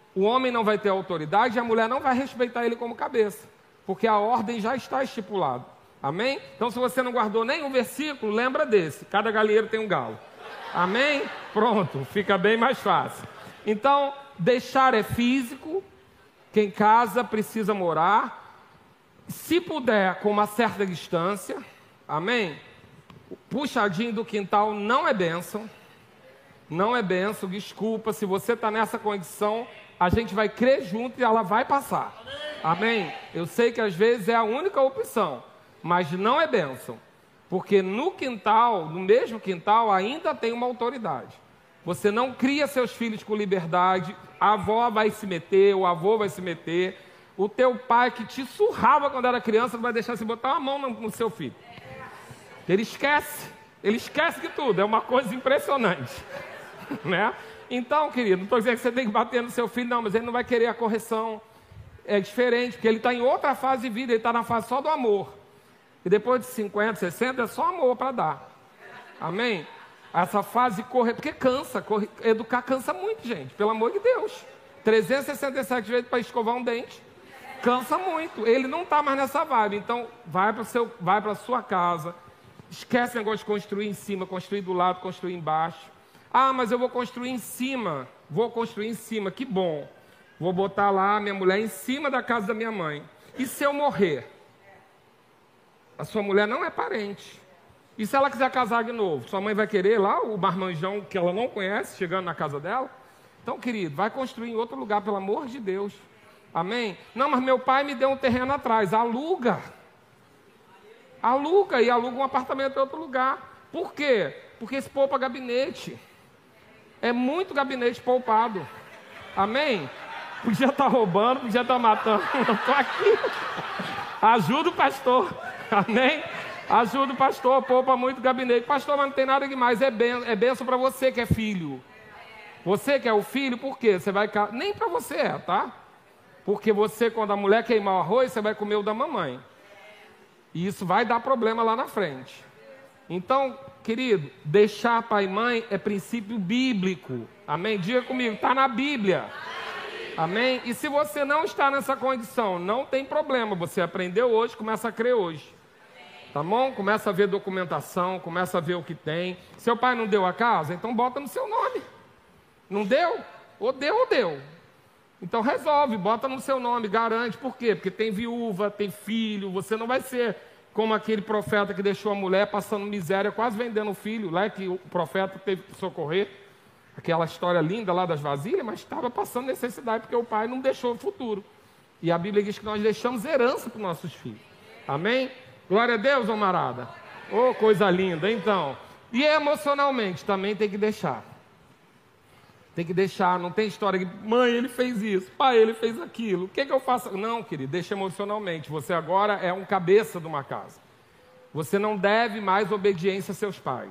o homem não vai ter autoridade e a mulher não vai respeitar ele como cabeça, porque a ordem já está estipulada. Amém? Então, se você não guardou nenhum versículo, lembra desse. Cada galinheiro tem um galo. Amém? Pronto, fica bem mais fácil. Então, deixar é físico. Quem casa precisa morar. Se puder, com uma certa distância. Amém? Puxadinho do quintal não é bênção. Não é bênção, desculpa. Se você está nessa condição, a gente vai crer junto e ela vai passar. Amém? Eu sei que às vezes é a única opção, mas não é bênção. Porque no quintal, no mesmo quintal, ainda tem uma autoridade. Você não cria seus filhos com liberdade, a avó vai se meter, o avô vai se meter, o teu pai que te surrava quando era criança não vai deixar você botar uma mão no, no seu filho. Ele esquece, ele esquece de tudo, é uma coisa impressionante. Né? Então, querido, não estou dizendo que você tem que bater no seu filho, não, mas ele não vai querer a correção. É diferente, porque ele está em outra fase de vida, ele está na fase só do amor. E depois de cinquenta, sessenta, é só amor para dar. Amém? Essa fase correr, porque cansa, correr, educar cansa muito, gente, pelo amor de Deus. trezentas e sessenta e sete vezes para escovar um dente, cansa muito. Ele não está mais nessa vibe, então vai para seu, vai para a sua casa, esquece o negócio de construir em cima, construir do lado, construir embaixo. Ah, mas eu vou construir em cima, vou construir em cima, que bom. Vou botar lá minha mulher em cima da casa da minha mãe. E se eu morrer? A sua mulher não é parente. E se ela quiser casar de novo? Sua mãe vai querer lá o marmanjão que ela não conhece, chegando na casa dela? Então, querido, vai construir em outro lugar, pelo amor de Deus. Amém? Não, mas meu pai me deu um terreno atrás. Aluga. Aluga e aluga um apartamento em outro lugar. Por quê? Porque esse poupa gabinete. É muito gabinete poupado. Amém? Podia estar roubando, podia estar matando. Eu estou aqui. Ajuda o pastor. Amém? Ajuda o pastor, poupa muito gabinete. Pastor, mas não tem nada demais. É, ben, é benção para você que é filho. Você que é o filho, por quê? Você vai... Nem para você é, tá? Porque você, quando a mulher queimar o arroz, você vai comer o da mamãe. E isso vai dar problema lá na frente. Então, querido, deixar pai e mãe é princípio bíblico. Amém? Diga comigo, está na Bíblia. Amém? E se você não está nessa condição, não tem problema. Você aprendeu hoje, começa a crer hoje. Tá bom? Começa a ver documentação, começa a ver o que tem. Seu pai não deu a casa? Então bota no seu nome. Não deu? Ou deu ou deu. Então resolve, bota no seu nome, garante. Por quê? Porque tem viúva, tem filho. Você não vai ser como aquele profeta que deixou a mulher passando miséria, quase vendendo o filho, lá que o profeta teve que socorrer. Aquela história linda lá das vasilhas, mas estava passando necessidade, porque o pai não deixou o futuro. E a Bíblia diz que nós deixamos herança para os nossos filhos. Amém? Glória a Deus, amarada. Oh, coisa linda, então. E emocionalmente também tem que deixar. Tem que deixar, não tem história que, mãe, ele fez isso, pai, ele fez aquilo. O que, que eu faço? Não, querido, deixa emocionalmente. Você agora é um cabeça de uma casa. Você não deve mais obediência a seus pais.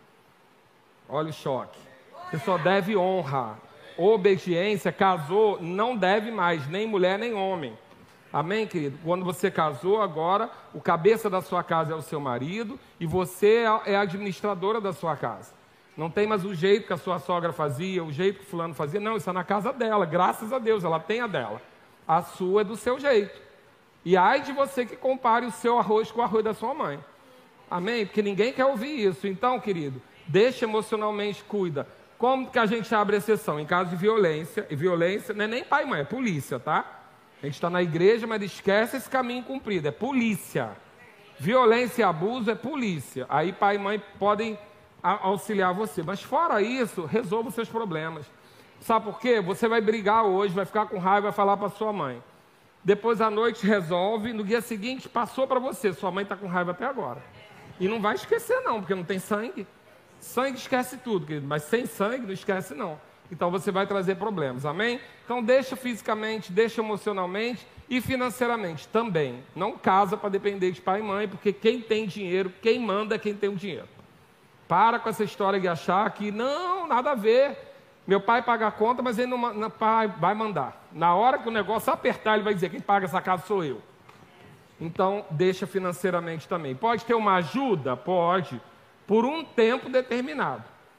Olha o choque. Você só deve honra. Obediência, casou, não deve mais, nem mulher, nem homem. Amém, querido? Quando você casou agora, o cabeça da sua casa é o seu marido e você é a administradora da sua casa. Não tem mais o jeito que a sua sogra fazia, o jeito que fulano fazia. Não, isso é na casa dela, graças a Deus, ela tem a dela. A sua é do seu jeito. E ai de você que compare o seu arroz com o arroz da sua mãe. Amém? Porque ninguém quer ouvir isso. Então, querido, deixa emocionalmente, cuida. Como que a gente abre exceção? Em caso de violência, e violência não é nem pai e mãe, é polícia, tá? A gente está na igreja, mas esquece esse caminho cumprido, é polícia. Violência e abuso é polícia. Aí pai e mãe podem auxiliar você. Mas fora isso, resolva os seus problemas. Sabe por quê? Você vai brigar hoje, vai ficar com raiva, vai falar para sua mãe. Depois à noite resolve, no dia seguinte passou para você. Sua mãe está com raiva até agora. E não vai esquecer não, porque não tem sangue. Sangue esquece tudo, querido, mas sem sangue não esquece não. Então você vai trazer problemas, amém? Então deixa fisicamente, deixa emocionalmente e financeiramente também. Não casa para depender de pai e mãe, porque quem tem dinheiro, quem manda é quem tem o dinheiro. Para com essa história de achar que não, nada a ver. Meu pai paga a conta, mas ele não, não pai, vai mandar. Na hora que o negócio apertar, ele vai dizer, quem paga essa casa sou eu. Então deixa financeiramente também. Pode ter uma ajuda? Pode. Por um tempo determinado.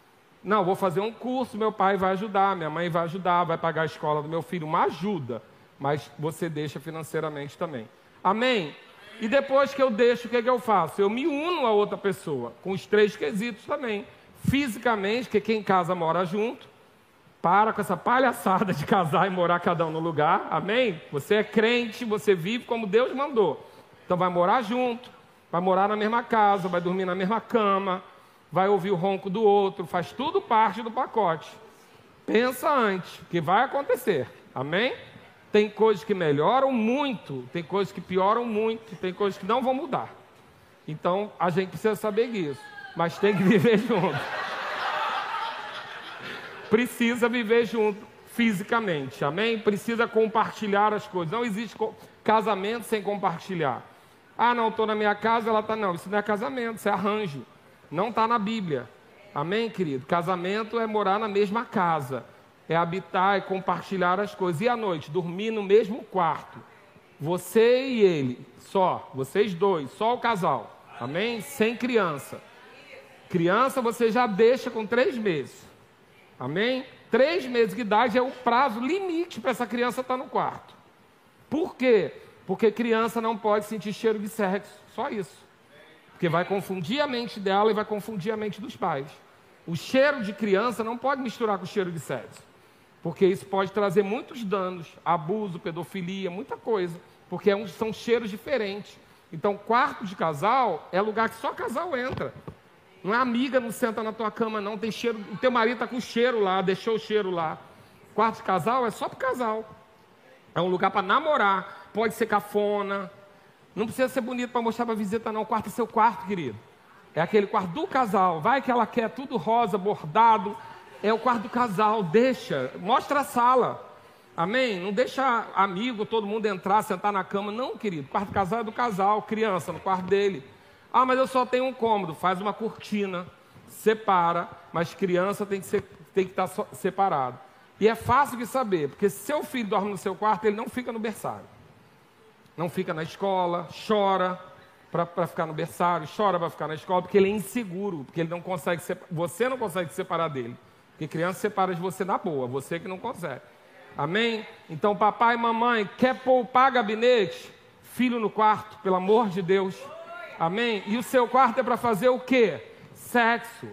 Não, vou fazer um curso, meu pai vai ajudar, minha mãe vai ajudar, vai pagar a escola do meu filho, uma ajuda. Mas você deixa financeiramente também. Amém? E depois que eu deixo, o que, é que eu faço? Eu me uno a outra pessoa, com os três quesitos também. Fisicamente, que quem casa mora junto. Para com essa palhaçada de casar e morar cada um no lugar. Amém? Você é crente, você vive como Deus mandou. Então vai morar junto, vai morar na mesma casa, vai dormir na mesma cama, vai ouvir o ronco do outro, faz tudo parte do pacote. Pensa antes, que vai acontecer. Amém? Tem coisas que melhoram muito, tem coisas que pioram muito, tem coisas que não vão mudar. Então, a gente precisa saber disso, mas tem que viver junto. Precisa viver junto fisicamente, amém? Precisa compartilhar as coisas. Não existe casamento sem compartilhar. Ah, não, estou na minha casa, ela está... Não, isso não é casamento, isso é arranjo. Não está na Bíblia. Amém, querido? Casamento é morar na mesma casa. É habitar, é compartilhar as coisas. E à noite, dormir no mesmo quarto. Você e ele, só. Vocês dois, só o casal. Amém? Sem criança. Criança você já deixa com três meses. Amém? Três meses de idade é o prazo limite para essa criança estar no quarto. Por quê? Porque criança não pode sentir cheiro de sexo. Só isso. Porque vai confundir a mente dela e vai confundir a mente dos pais. O cheiro de criança não pode misturar com o cheiro de sexo. Porque isso pode trazer muitos danos, abuso, pedofilia, muita coisa. Porque é um, são cheiros diferentes. Então, quarto de casal é lugar que só casal entra. Não é amiga, não senta na tua cama, não. Tem cheiro, o teu marido está com cheiro lá, deixou o cheiro lá. Quarto de casal é só para casal. É um lugar para namorar. Pode ser cafona. Não precisa ser bonito para mostrar para visita, não. O quarto é seu quarto, querido. É aquele quarto do casal. Vai que ela quer tudo rosa, bordado. É o quarto do casal. Deixa. Mostra a sala. Amém? Não deixa amigo, todo mundo entrar, sentar na cama. Não, querido. O quarto do casal é do casal. Criança no quarto dele. Ah, mas eu só tenho um cômodo. Faz uma cortina. Separa. Mas criança tem que, ser, tem que estar so, separado. E é fácil de saber. Porque se seu filho dorme no seu quarto, ele não fica no berçário. Não fica na escola. Chora para ficar no berçário. Chora para ficar na escola. Porque ele é inseguro. Porque ele não consegue, você não consegue se separar dele. Porque criança separa de você na boa. Você que não consegue. Amém? Então, papai e mamãe, quer poupar gabinete? Filho no quarto, pelo amor de Deus. Amém? E o seu quarto é para fazer o quê? Sexo.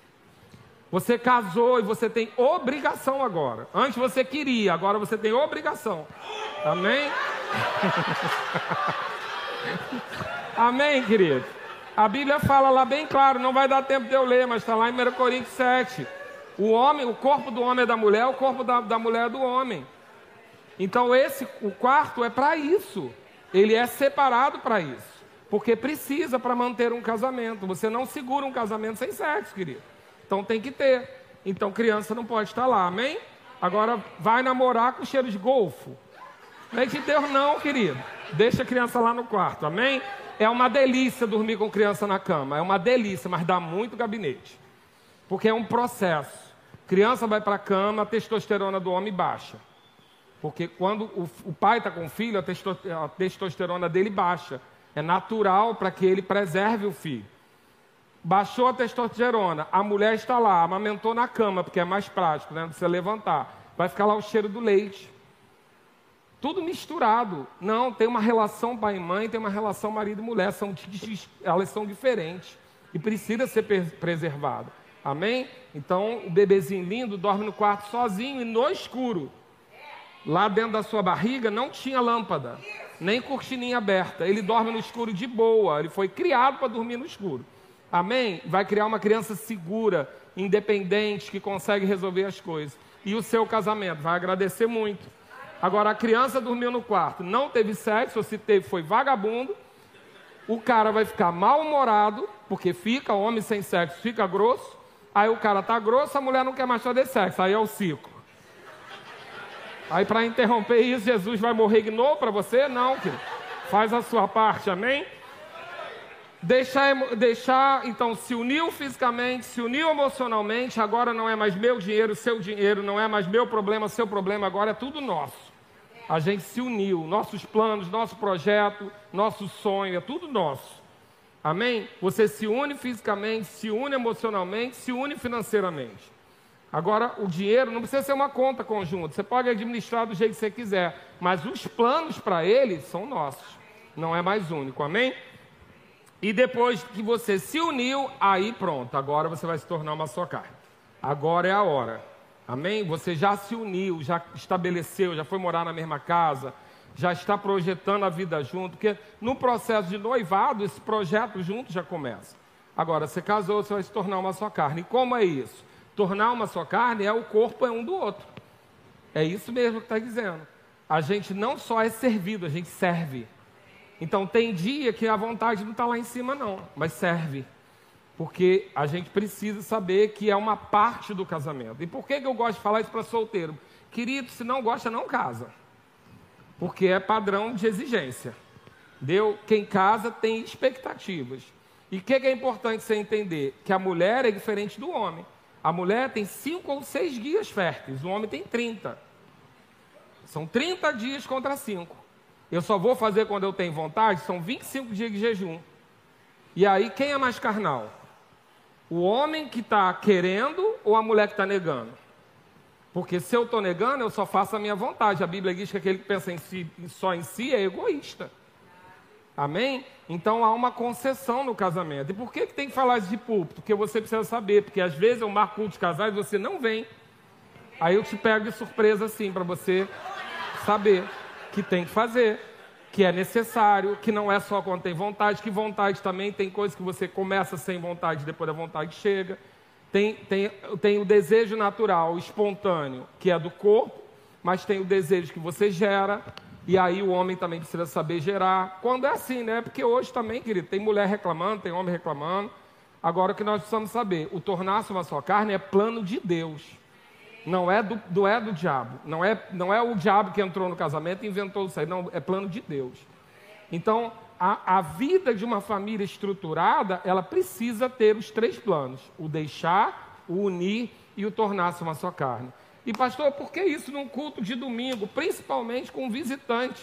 Você casou e você tem obrigação agora. Antes você queria, agora você tem obrigação. Amém? Amém, querido? A Bíblia fala lá bem claro, não vai dar tempo de eu ler, mas está lá em primeira Coríntios sete. O homem, o corpo do homem é da mulher, o corpo da, da mulher é do homem. Então esse, o quarto é para isso. Ele é separado para isso. Porque precisa para manter um casamento. Você não segura um casamento sem sexo, querido. Então tem que ter. Então criança não pode estar lá, amém? Agora vai namorar com cheiro de golfo. Não é de Deus não, querido. Deixa a criança lá no quarto, amém? É uma delícia dormir com criança na cama. É uma delícia, mas dá muito gabinete. Porque é um processo. Criança vai para a cama, a testosterona do homem baixa. Porque quando o, o pai está com o filho, a, testo, a testosterona dele baixa. É natural para que ele preserve o filho. Baixou a testosterona, a mulher está lá, amamentou na cama, porque é mais prático, né? Você levantar. Vai ficar lá o cheiro do leite. Tudo misturado. Não, tem uma relação pai e mãe, tem uma relação marido e mulher. São, elas são diferentes. E precisa ser preservado. Amém? Então, o bebezinho lindo dorme no quarto sozinho e no escuro. Lá dentro da sua barriga não tinha lâmpada, nem cortininha aberta. Ele dorme no escuro de boa. Ele foi criado para dormir no escuro. Amém? Vai criar uma criança segura, independente, que consegue resolver as coisas. E o seu casamento vai agradecer muito. Agora, a criança dormiu no quarto, não teve sexo, ou se teve, foi vagabundo. O cara vai ficar mal-humorado, porque fica, homem sem sexo fica grosso. Aí o cara tá grosso, a mulher não quer mais fazer sexo. Aí é o ciclo. Aí para interromper isso, Jesus vai morrer de novo para você? Não, querido. Faz a sua parte, amém? Deixar, deixar, então, se uniu fisicamente, se uniu emocionalmente, agora não é mais meu dinheiro, seu dinheiro, não é mais meu problema, seu problema, agora é tudo nosso. A gente se uniu, nossos planos, nosso projeto, nosso sonho, é tudo nosso. Amém? Você se une fisicamente, se une emocionalmente, se une financeiramente. Agora, o dinheiro não precisa ser uma conta conjunta. Você pode administrar do jeito que você quiser, mas os planos para ele são nossos. Não é mais único, amém? E depois que você se uniu, aí pronto, agora você vai se tornar uma só carne. Agora é a hora, amém? Você já se uniu, já estabeleceu, já foi morar na mesma casa, já está projetando a vida junto, porque no processo de noivado, esse projeto junto já começa. Agora, você casou, você vai se tornar uma só carne. E como é isso? Tornar uma só carne é o corpo é um do outro. É isso mesmo que está dizendo. A gente não só é servido, a gente serve. Então tem dia que a vontade não está lá em cima não, mas serve. Porque a gente precisa saber que é uma parte do casamento. E por que que eu gosto de falar isso para solteiro? Querido, se não gosta, não casa. Porque é padrão de exigência. Deu? Quem casa tem expectativas. E o que que é importante você entender? Que a mulher é diferente do homem. A mulher tem cinco ou seis dias férteis, o homem tem trinta. São trinta dias contra cinco. Eu só vou fazer quando eu tenho vontade, são vinte e cinco dias de jejum. E aí, quem é mais carnal? O homem que está querendo ou a mulher que está negando? Porque se eu estou negando, eu só faço a minha vontade. A Bíblia diz que aquele que pensa em si, só em si é egoísta. Amém? Então há uma concessão no casamento. E por que que tem que falar isso de púlpito? Porque você precisa saber. Porque às vezes eu marco culto de casais e você não vem. Aí eu te pego de surpresa assim, para você saber que tem que fazer, que é necessário, que não é só quando tem vontade, que vontade também tem coisas que você começa sem vontade, depois a vontade chega. Tem, tem, tem o desejo natural, espontâneo, que é do corpo, mas tem o desejo que você gera, e aí o homem também precisa saber gerar. Quando é assim, né? Porque hoje também, querido, tem mulher reclamando, tem homem reclamando. Agora o que nós precisamos saber, o tornar-se uma só carne é plano de Deus. Não é do, do, é do diabo. Não é, não é o diabo que entrou no casamento e inventou isso aí. Não, é plano de Deus. Então, a, a vida de uma família estruturada, ela precisa ter os três planos. O deixar, o unir e o tornar-se uma só carne. E pastor, por que isso num culto de domingo? Principalmente com visitante.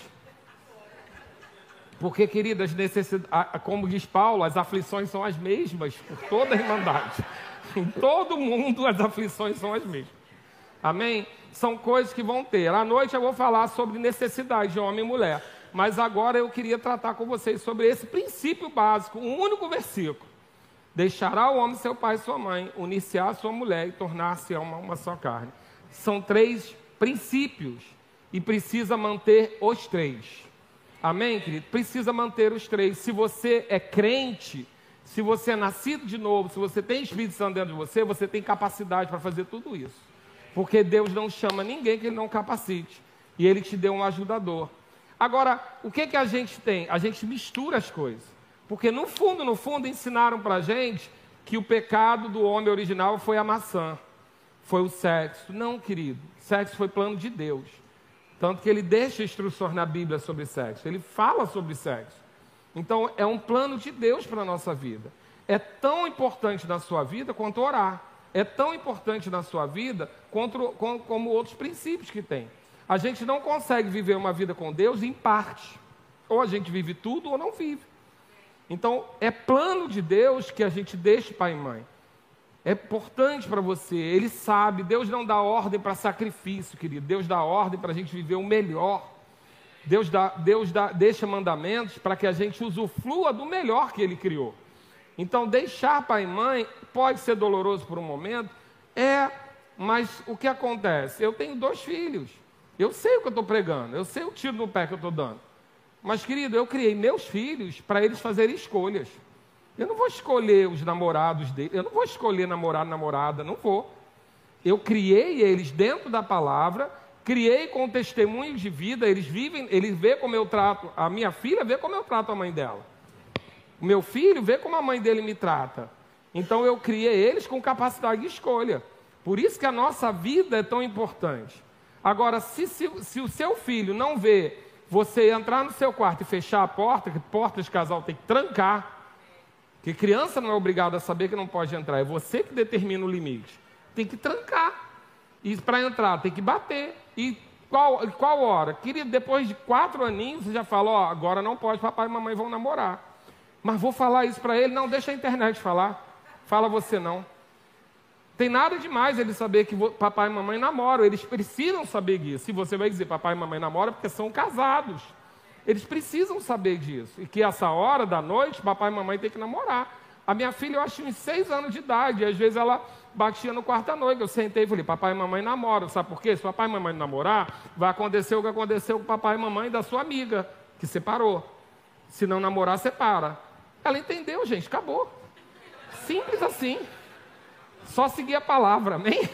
Porque, queridas, necessidades, como diz Paulo, as aflições são as mesmas por toda a irmandade. Em todo mundo as aflições são as mesmas. Amém? São coisas que vão ter. À noite eu vou falar sobre necessidade de homem e mulher. Mas agora eu queria tratar com vocês sobre esse princípio básico, um único versículo. Deixará o homem seu pai e sua mãe, unir-se-á a sua mulher e tornar-se uma, uma só carne. São três princípios e precisa manter os três. Amém, querido? Precisa manter os três. Se você é crente, se você é nascido de novo, se você tem Espírito Santo dentro de você, você tem capacidade para fazer tudo isso. Porque Deus não chama ninguém que Ele não capacite. E Ele te deu um ajudador. Agora, o que que a gente tem? A gente mistura as coisas. Porque no fundo, no fundo, ensinaram para a gente que o pecado do homem original foi a maçã. Foi o sexo. Não, querido. Sexo foi plano de Deus. Tanto que Ele deixa instruções na Bíblia sobre sexo. Ele fala sobre sexo. Então, é um plano de Deus para a nossa vida. É tão importante na sua vida quanto orar. É tão importante na sua vida quanto, como, como outros princípios que tem. A gente não consegue viver uma vida com Deus em parte. Ou a gente vive tudo ou não vive. Então, é plano de Deus que a gente deixe pai e mãe. É importante para você. Ele sabe. Deus não dá ordem para sacrifício, querido. Deus dá ordem para a gente viver o melhor. Deus, dá, Deus dá, deixa mandamentos para que a gente usufrua do melhor que Ele criou. Então, deixar pai e mãe pode ser doloroso por um momento, é, mas o que acontece? Eu tenho dois filhos, eu sei o que eu estou pregando, eu sei o tiro no pé que eu estou dando. Mas, querido, eu criei meus filhos para eles fazerem escolhas. Eu não vou escolher os namorados deles, eu não vou escolher namorado, namorada, não vou. Eu criei eles dentro da palavra, criei com testemunhos de vida, eles vivem, eles vê como eu trato, a minha filha vê como eu trato a mãe dela. O meu filho vê como a mãe dele me trata. Então eu criei eles com capacidade de escolha. Por isso que a nossa vida é tão importante. Agora, se, se, se o seu filho não vê você entrar no seu quarto e fechar a porta, que porta de casal tem que trancar, que criança não é obrigada a saber que não pode entrar, é você que determina o limite. Tem que trancar. E para entrar tem que bater. E qual, qual hora? Querido, depois de quatro aninhos, você já fala, ó, agora não pode, papai e mamãe vão namorar. Mas vou falar isso para ele. Não, deixa a internet falar. Fala você não. Tem nada demais ele saber que papai e mamãe namoram. Eles precisam saber disso. Se você vai dizer papai e mamãe namoram, porque são casados. Eles precisam saber disso. E que essa hora da noite, papai e mamãe têm que namorar. A minha filha, eu acho, uns seis anos de idade. E às vezes ela batia no quarto da noite. Eu sentei e falei, papai e mamãe namoram. Sabe por quê? Se papai e mamãe namorar, vai acontecer o que aconteceu com o papai e mamãe da sua amiga, que separou. Se não namorar, separa. Ela entendeu, gente. Acabou. Simples assim. Só seguir a palavra, amém?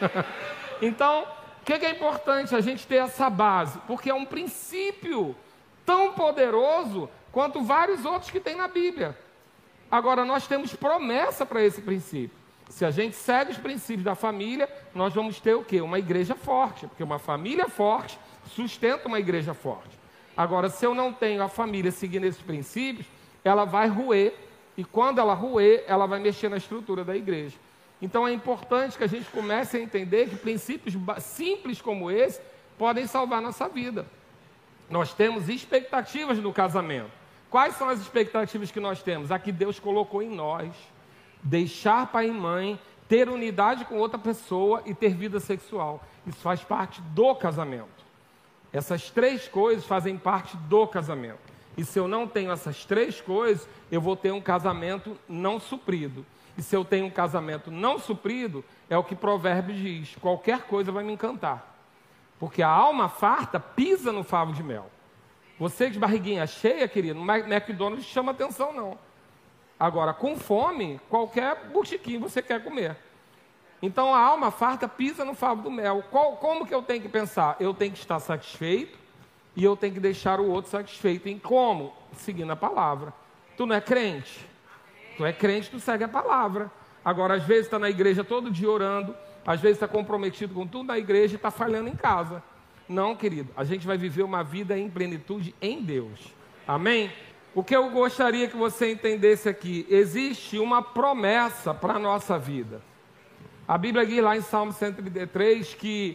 Então, o que é importante a gente ter essa base? Porque é um princípio tão poderoso quanto vários outros que tem na Bíblia. Agora, nós temos promessa para esse princípio. Se a gente segue os princípios da família, nós vamos ter o quê? Uma igreja forte, porque uma família forte sustenta uma igreja forte. Agora, se eu não tenho a família seguindo esses princípios, ela vai ruir, e quando ela ruir, ela vai mexer na estrutura da igreja. Então é importante que a gente comece a entender que princípios simples como esse podem salvar nossa vida. Nós temos expectativas no casamento. Quais são as expectativas que nós temos? A que Deus colocou em nós. Deixar pai e mãe, ter unidade com outra pessoa e ter vida sexual. Isso faz parte do casamento. Essas três coisas fazem parte do casamento. E se eu não tenho essas três coisas, eu vou ter um casamento não suprido. E se eu tenho um casamento não suprido, é o que Provérbios diz, qualquer coisa vai me encantar. Porque a alma farta pisa no favo de mel. Você de barriguinha cheia, querido, no McDonald's chama atenção não. Agora, com fome, qualquer botiquim você quer comer. Então a alma farta pisa no favo do mel. Qual, como que eu tenho que pensar? Eu tenho que estar satisfeito e eu tenho que deixar o outro satisfeito. Em como? Seguindo a palavra. Tu não é crente? Tu é crente, tu segue a palavra. Agora, às vezes está na igreja todo dia orando, às vezes está comprometido com tudo na igreja e está falhando em casa. Não, querido, a gente vai viver uma vida em plenitude em Deus. Amém? O que eu gostaria que você entendesse aqui, existe uma promessa para a nossa vida. A Bíblia diz lá em Salmo cento e trinta e três que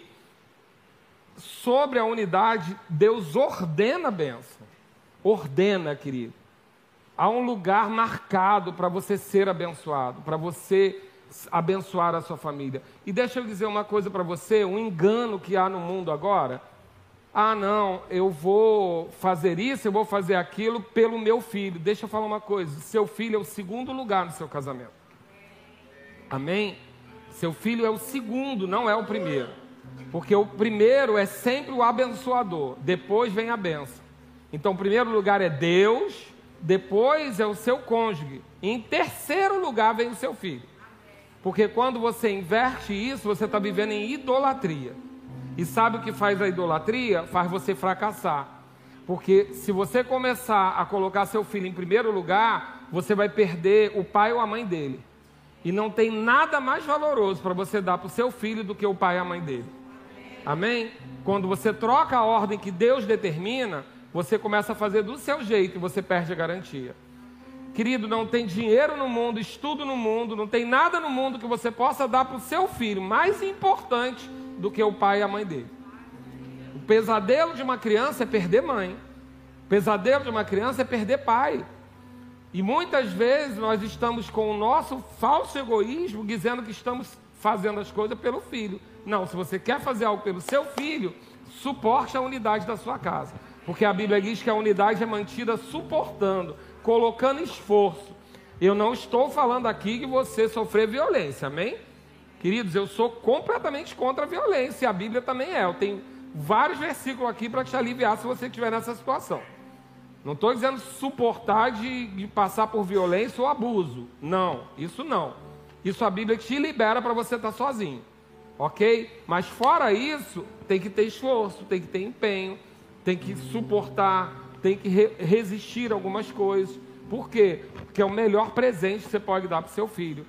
sobre a unidade, Deus ordena a bênção. Ordena, querido. Há um lugar marcado para você ser abençoado, para você abençoar a sua família. E deixa eu dizer uma coisa para você, um engano que há no mundo agora. Ah, não, eu vou fazer isso, eu vou fazer aquilo pelo meu filho. Deixa eu falar uma coisa, seu filho é o segundo lugar no seu casamento. Amém? Seu filho é o segundo, não é o primeiro. Porque o primeiro é sempre o abençoador, depois vem a bênção. Então, o primeiro lugar é Deus, depois é o seu cônjuge, e em terceiro lugar vem o seu filho. Porque quando você inverte isso, você está vivendo em idolatria. E sabe o que faz a idolatria? Faz você fracassar. Porque se você começar a colocar seu filho em primeiro lugar, você vai perder o pai ou a mãe dele. E não tem nada mais valoroso para você dar para o seu filho do que o pai e a mãe dele. Amém? Quando você troca a ordem que Deus determina, você começa a fazer do seu jeito e você perde a garantia. Querido, não tem dinheiro no mundo, estudo no mundo, não tem nada no mundo que você possa dar para o seu filho mais importante do que o pai e a mãe dele. O pesadelo de uma criança é perder mãe. O pesadelo de uma criança é perder pai. E muitas vezes nós estamos com o nosso falso egoísmo dizendo que estamos fazendo as coisas pelo filho. Não, se você quer fazer algo pelo seu filho, suporte a unidade da sua casa. Porque a Bíblia diz que a unidade é mantida suportando, colocando esforço. Eu não estou falando aqui que você sofrer violência, amém? Queridos, eu sou completamente contra a violência, e a Bíblia também é. Eu tenho vários versículos aqui para te aliviar se você estiver nessa situação. Não estou dizendo suportar de, de passar por violência ou abuso. Não, isso não. Isso a Bíblia te libera para você estar sozinho. Ok? Mas fora isso, tem que ter esforço, tem que ter empenho, tem que suportar, tem que re resistir a algumas coisas. Por quê? Porque é o melhor presente que você pode dar para o seu filho.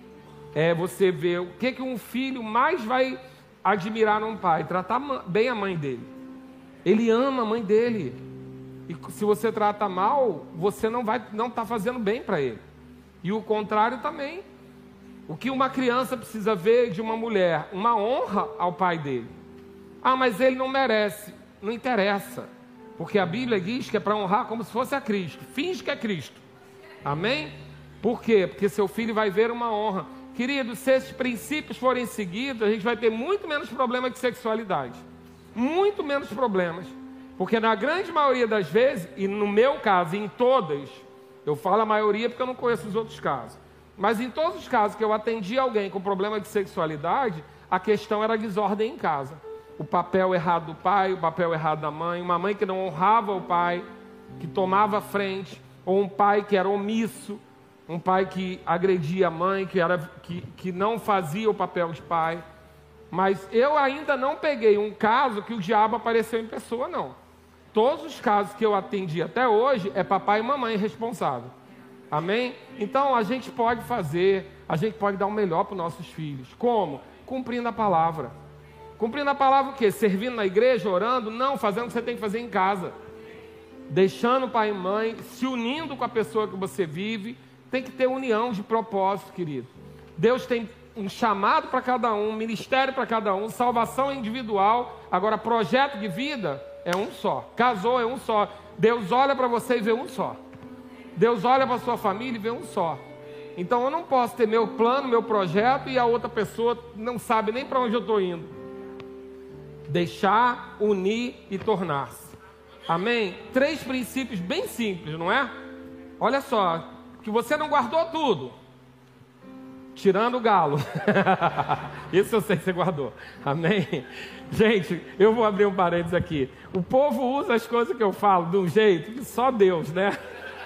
É você ver o que, que um filho mais vai admirar num pai. Tratar bem a mãe dele. Ele ama a mãe dele. E se você trata mal, você não vai, não está fazendo bem para ele. E o contrário também. O que uma criança precisa ver de uma mulher? Uma honra ao pai dele. Ah, mas ele não merece. Não interessa. Porque a Bíblia diz que é para honrar como se fosse a Cristo. Finge que é Cristo. Amém? Por quê? Porque seu filho vai ver uma honra. Querido, se esses princípios forem seguidos, a gente vai ter muito menos problema de sexualidade. Muito menos problemas. Porque na grande maioria das vezes, e no meu caso, em todas, eu falo a maioria porque eu não conheço os outros casos, mas em todos os casos que eu atendi alguém com problema de sexualidade, a questão era desordem em casa. O papel errado do pai, o papel errado da mãe, uma mãe que não honrava o pai, que tomava frente, ou um pai que era omisso, um pai que agredia a mãe, que, era, que, que não fazia o papel de pai. Mas eu ainda não peguei um caso que o diabo apareceu em pessoa, não. Todos os casos que eu atendi até hoje é papai e mamãe responsável. Amém? Então a gente pode fazer, a gente pode dar o melhor para os nossos filhos. Como? Cumprindo a palavra. Cumprindo a palavra o quê? Servindo na igreja, orando? Não, fazendo o que você tem que fazer em casa. Deixando pai e mãe, se unindo com a pessoa que você vive. Tem que ter união de propósito, querido. Deus tem um chamado para cada um, um ministério para cada um, salvação individual. Agora, projeto de vida é um só. Casou é um só. Deus olha para você e vê um só. Deus olha para a sua família e vê um só. Então eu não posso ter meu plano, meu projeto e a outra pessoa não sabe nem para onde eu estou indo. Deixar, unir e tornar-se. Amém? Três princípios bem simples, não é? Olha só, que você não guardou tudo. Tirando o galo. Isso eu sei que você guardou. Amém? Gente, eu vou abrir um parênteses aqui. O povo usa as coisas que eu falo de um jeito que só Deus, né?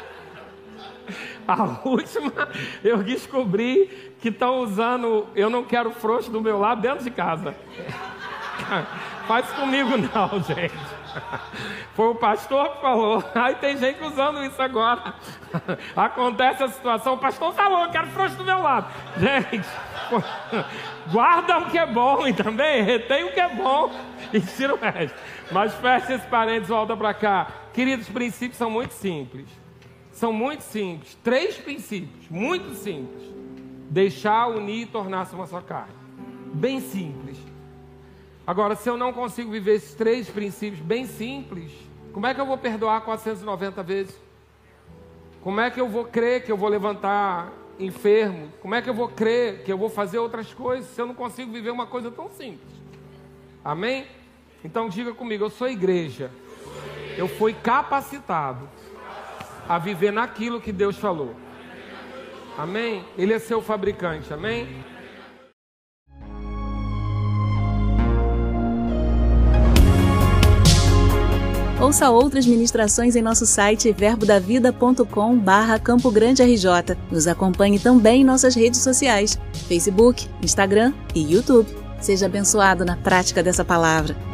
A última, eu descobri que estão usando eu não quero frouxo do meu lado dentro de casa. Faz comigo não, gente. Foi o pastor que falou. Aí tem gente usando isso agora. Acontece a situação, o pastor falou, eu quero frouxo do meu lado. Gente, guarda o que é bom e também retém o que é bom e tira o resto. Mas fecha esse parênteses, volta para cá. Queridos, os princípios são muito simples. São muito simples. Três princípios, muito simples. Deixar, unir e tornar-se uma só carne. Bem simples. Agora, se eu não consigo viver esses três princípios bem simples, como é que eu vou perdoar quatrocentas e noventa vezes? Como é que eu vou crer que eu vou levantar enfermo? Como é que eu vou crer que eu vou fazer outras coisas se eu não consigo viver uma coisa tão simples? Amém? Então diga comigo, eu sou igreja. Eu fui capacitado a viver naquilo que Deus falou. Amém? Ele é seu fabricante, amém? Ouça outras ministrações em nosso site verbo da vida ponto com barra Campo Grande R J. Nos acompanhe também em nossas redes sociais, Facebook, Instagram e YouTube. Seja abençoado na prática dessa palavra.